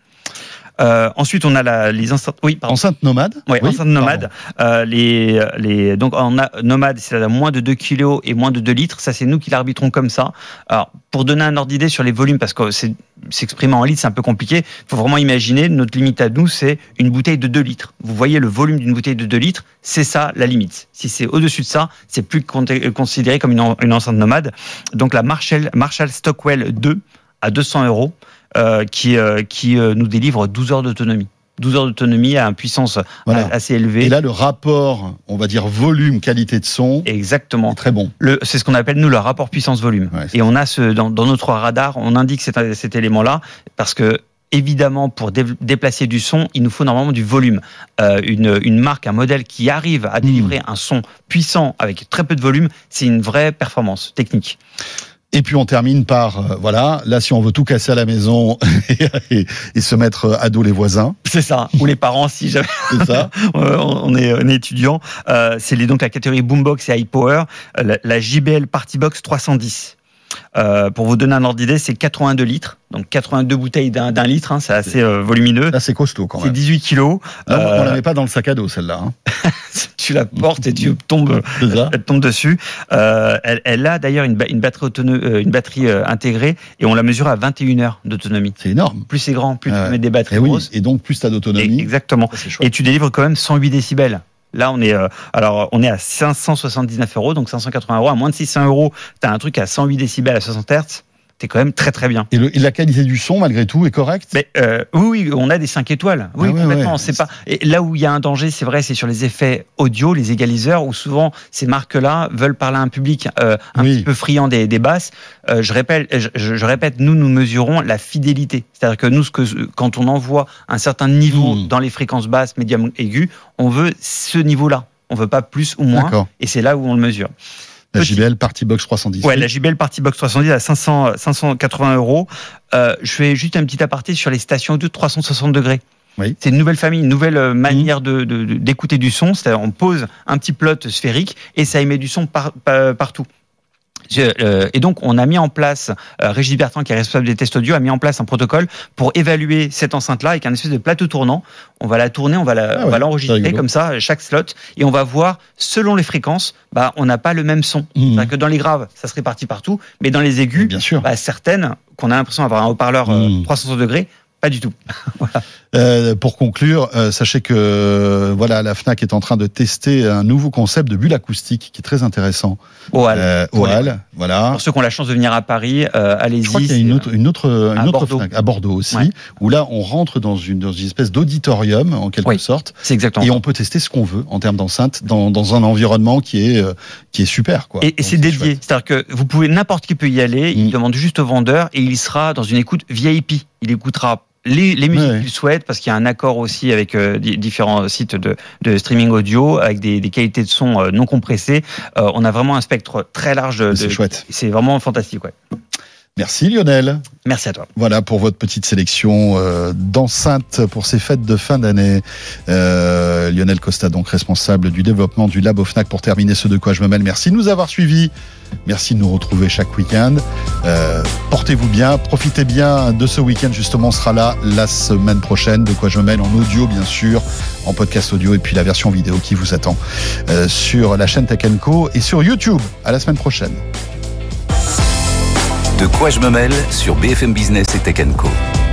Euh, ensuite, on a la, les enceintes. Oui, pardon. Enceinte nomade. Oui, oui enceinte nomade. Euh, les, les, donc, on a nomade, c'est-à-dire moins de deux kilos et moins de deux litres. Ça, c'est nous qui l'arbitrons comme ça. Alors, pour donner un ordre d'idée sur les volumes, parce que c'est, s'exprimer en litres, c'est un peu compliqué. Il faut vraiment imaginer, notre limite à nous, c'est une bouteille de deux litres. Vous voyez le volume d'une bouteille de deux litres, c'est ça la limite. Si c'est au-dessus de ça, c'est plus considéré comme une, une enceinte nomade. Donc, la Marshall, Marshall Stockwell deux à deux cents euros. Euh, qui, euh, qui euh, nous délivre douze heures d'autonomie. douze heures d'autonomie à une puissance voilà. assez élevée. Et là, le rapport, on va dire volume, qualité de son, exactement, est très bon. Le, c'est ce qu'on appelle, nous, le rapport puissance-volume. Ouais, et on a ce, dans, dans notre radar, on indique cet, cet élément-là, parce que, évidemment, pour dé, déplacer du son, il nous faut normalement du volume. Euh, une, une marque, un modèle qui arrive à délivrer mmh. un son puissant avec très peu de volume, c'est une vraie performance technique. Et puis on termine par, euh, voilà, là si on veut tout casser à la maison et, et, et se mettre à dos les voisins. C'est ça, ou les parents si jamais. C'est ça. on, est, on est étudiant. Euh, c'est les, donc la catégorie Boombox et High Power, la, la J B L Partybox trois cent dix. Euh, pour vous donner un ordre d'idée, c'est quatre-vingt-deux litres, donc quatre-vingt-deux bouteilles d'un, d'un litre, hein, c'est assez euh, volumineux. Là, c'est costaud quand même. C'est dix-huit kilos. Là, euh... on la met pas dans le sac à dos, celle-là. Hein. Tu la portes et tu tombes, elle tombe dessus. Euh, elle, elle a d'ailleurs une, une batterie, autono- euh, une batterie euh, intégrée et on la mesure à vingt et une heures d'autonomie. C'est énorme. Plus c'est grand, plus ah, tu mets des batteries et oui, grosses. Et donc plus tu as d'autonomie. Et, exactement. Ça, et tu délivres quand même cent huit décibels. Là, on est, euh, alors, on est à cinq cent soixante-dix-neuf euros, donc cinq cent quatre-vingts euros. À moins de six cents euros, t'as un truc à cent huit décibels à soixante hertz. T'es quand même très très bien. Et, le, et la qualité du son, malgré tout, est correcte. Mais euh, oui, oui, on a des cinq étoiles. Oui, ah ouais, complètement. Ouais. C'est pas. Et là où il y a un danger, c'est vrai, c'est sur les effets audio, les égaliseurs, où souvent ces marques-là veulent parler à un public euh, un oui. petit peu friand des, des basses. Euh, je répète, je, je répète, nous nous mesurons la fidélité. C'est-à-dire que nous, ce que quand on envoie un certain niveau mmh. dans les fréquences basses, médium, aiguës, on veut ce niveau-là. On veut pas plus ou moins. D'accord. Et c'est là où on le mesure. La J B L Partybox trois cent dix. Ouais, la J B L Partybox trois cent dix à cinq cents, cinq cent quatre-vingts euros. Euh, je fais juste un petit aparté sur les stations audio de trois cent soixante degrés. Oui. C'est une nouvelle famille, une nouvelle manière mmh. de, de, de, d'écouter du son. C'est-à-dire, on pose un petit plot sphérique et ça émet du son par, par, partout. Je, euh, et donc, on a mis en place, euh, Régis Bertrand, qui est responsable des tests audio, a mis en place un protocole pour évaluer cette enceinte-là avec un espèce de plateau tournant. On va la tourner, on va, la, ah ouais, on va l'enregistrer comme ça, chaque slot, et on va voir, selon les fréquences, bah, on n'a pas le même son. Mmh. C'est-à-dire que dans les graves, ça se répartit partout, mais dans les aigus, bien sûr. Bah, certaines, qu'on a l'impression d'avoir un haut-parleur mmh. euh, trois cent degrés, pas du tout. Voilà. Euh, pour conclure, euh, sachez que voilà, la Fnac est en train de tester un nouveau concept de bulle acoustique qui est très intéressant. Au Hall. Euh, au Hall, voilà. Pour ceux qui ont la chance de venir à Paris, euh, allez-y. Je crois qu'il y a une autre, une autre, une autre Bordeaux. Fnac à Bordeaux aussi, ouais. où là on rentre dans une, dans une espèce d'auditorium en quelque oui, sorte. C'est exactement. Et on peut tester ce qu'on veut en termes d'enceinte dans, dans un environnement qui est, euh, qui est super, quoi. Et, et c'est, c'est dédié, chouette. C'est-à-dire que vous pouvez n'importe qui peut y aller. Il mmh. demande juste au vendeur et il sera dans une écoute V I P. Il écoutera Les, les musiques ouais. qu'il souhaite, parce qu'il y a un accord aussi avec euh, différents sites de, de streaming audio, avec des, des qualités de son euh, non compressées. Euh, on a vraiment un spectre très large. De, c'est chouette. C'est vraiment fantastique, ouais. Merci Lionel. Merci à toi. Voilà pour votre petite sélection euh, d'enceintes pour ces fêtes de fin d'année. Euh, Lionel Costa, donc responsable du développement du Labo Fnac, pour terminer ce De quoi je me mêle. Merci de nous avoir suivis. Merci de nous retrouver chaque week-end. Euh, portez-vous bien, profitez bien de ce week-end. Justement, on sera là la semaine prochaine. De quoi je me mêle en audio, bien sûr, en podcast audio, et puis la version vidéo qui vous attend euh, sur la chaîne Tech and Co et sur YouTube. À la semaine prochaine. De quoi je me mêle sur B F M Business et Tech and Co.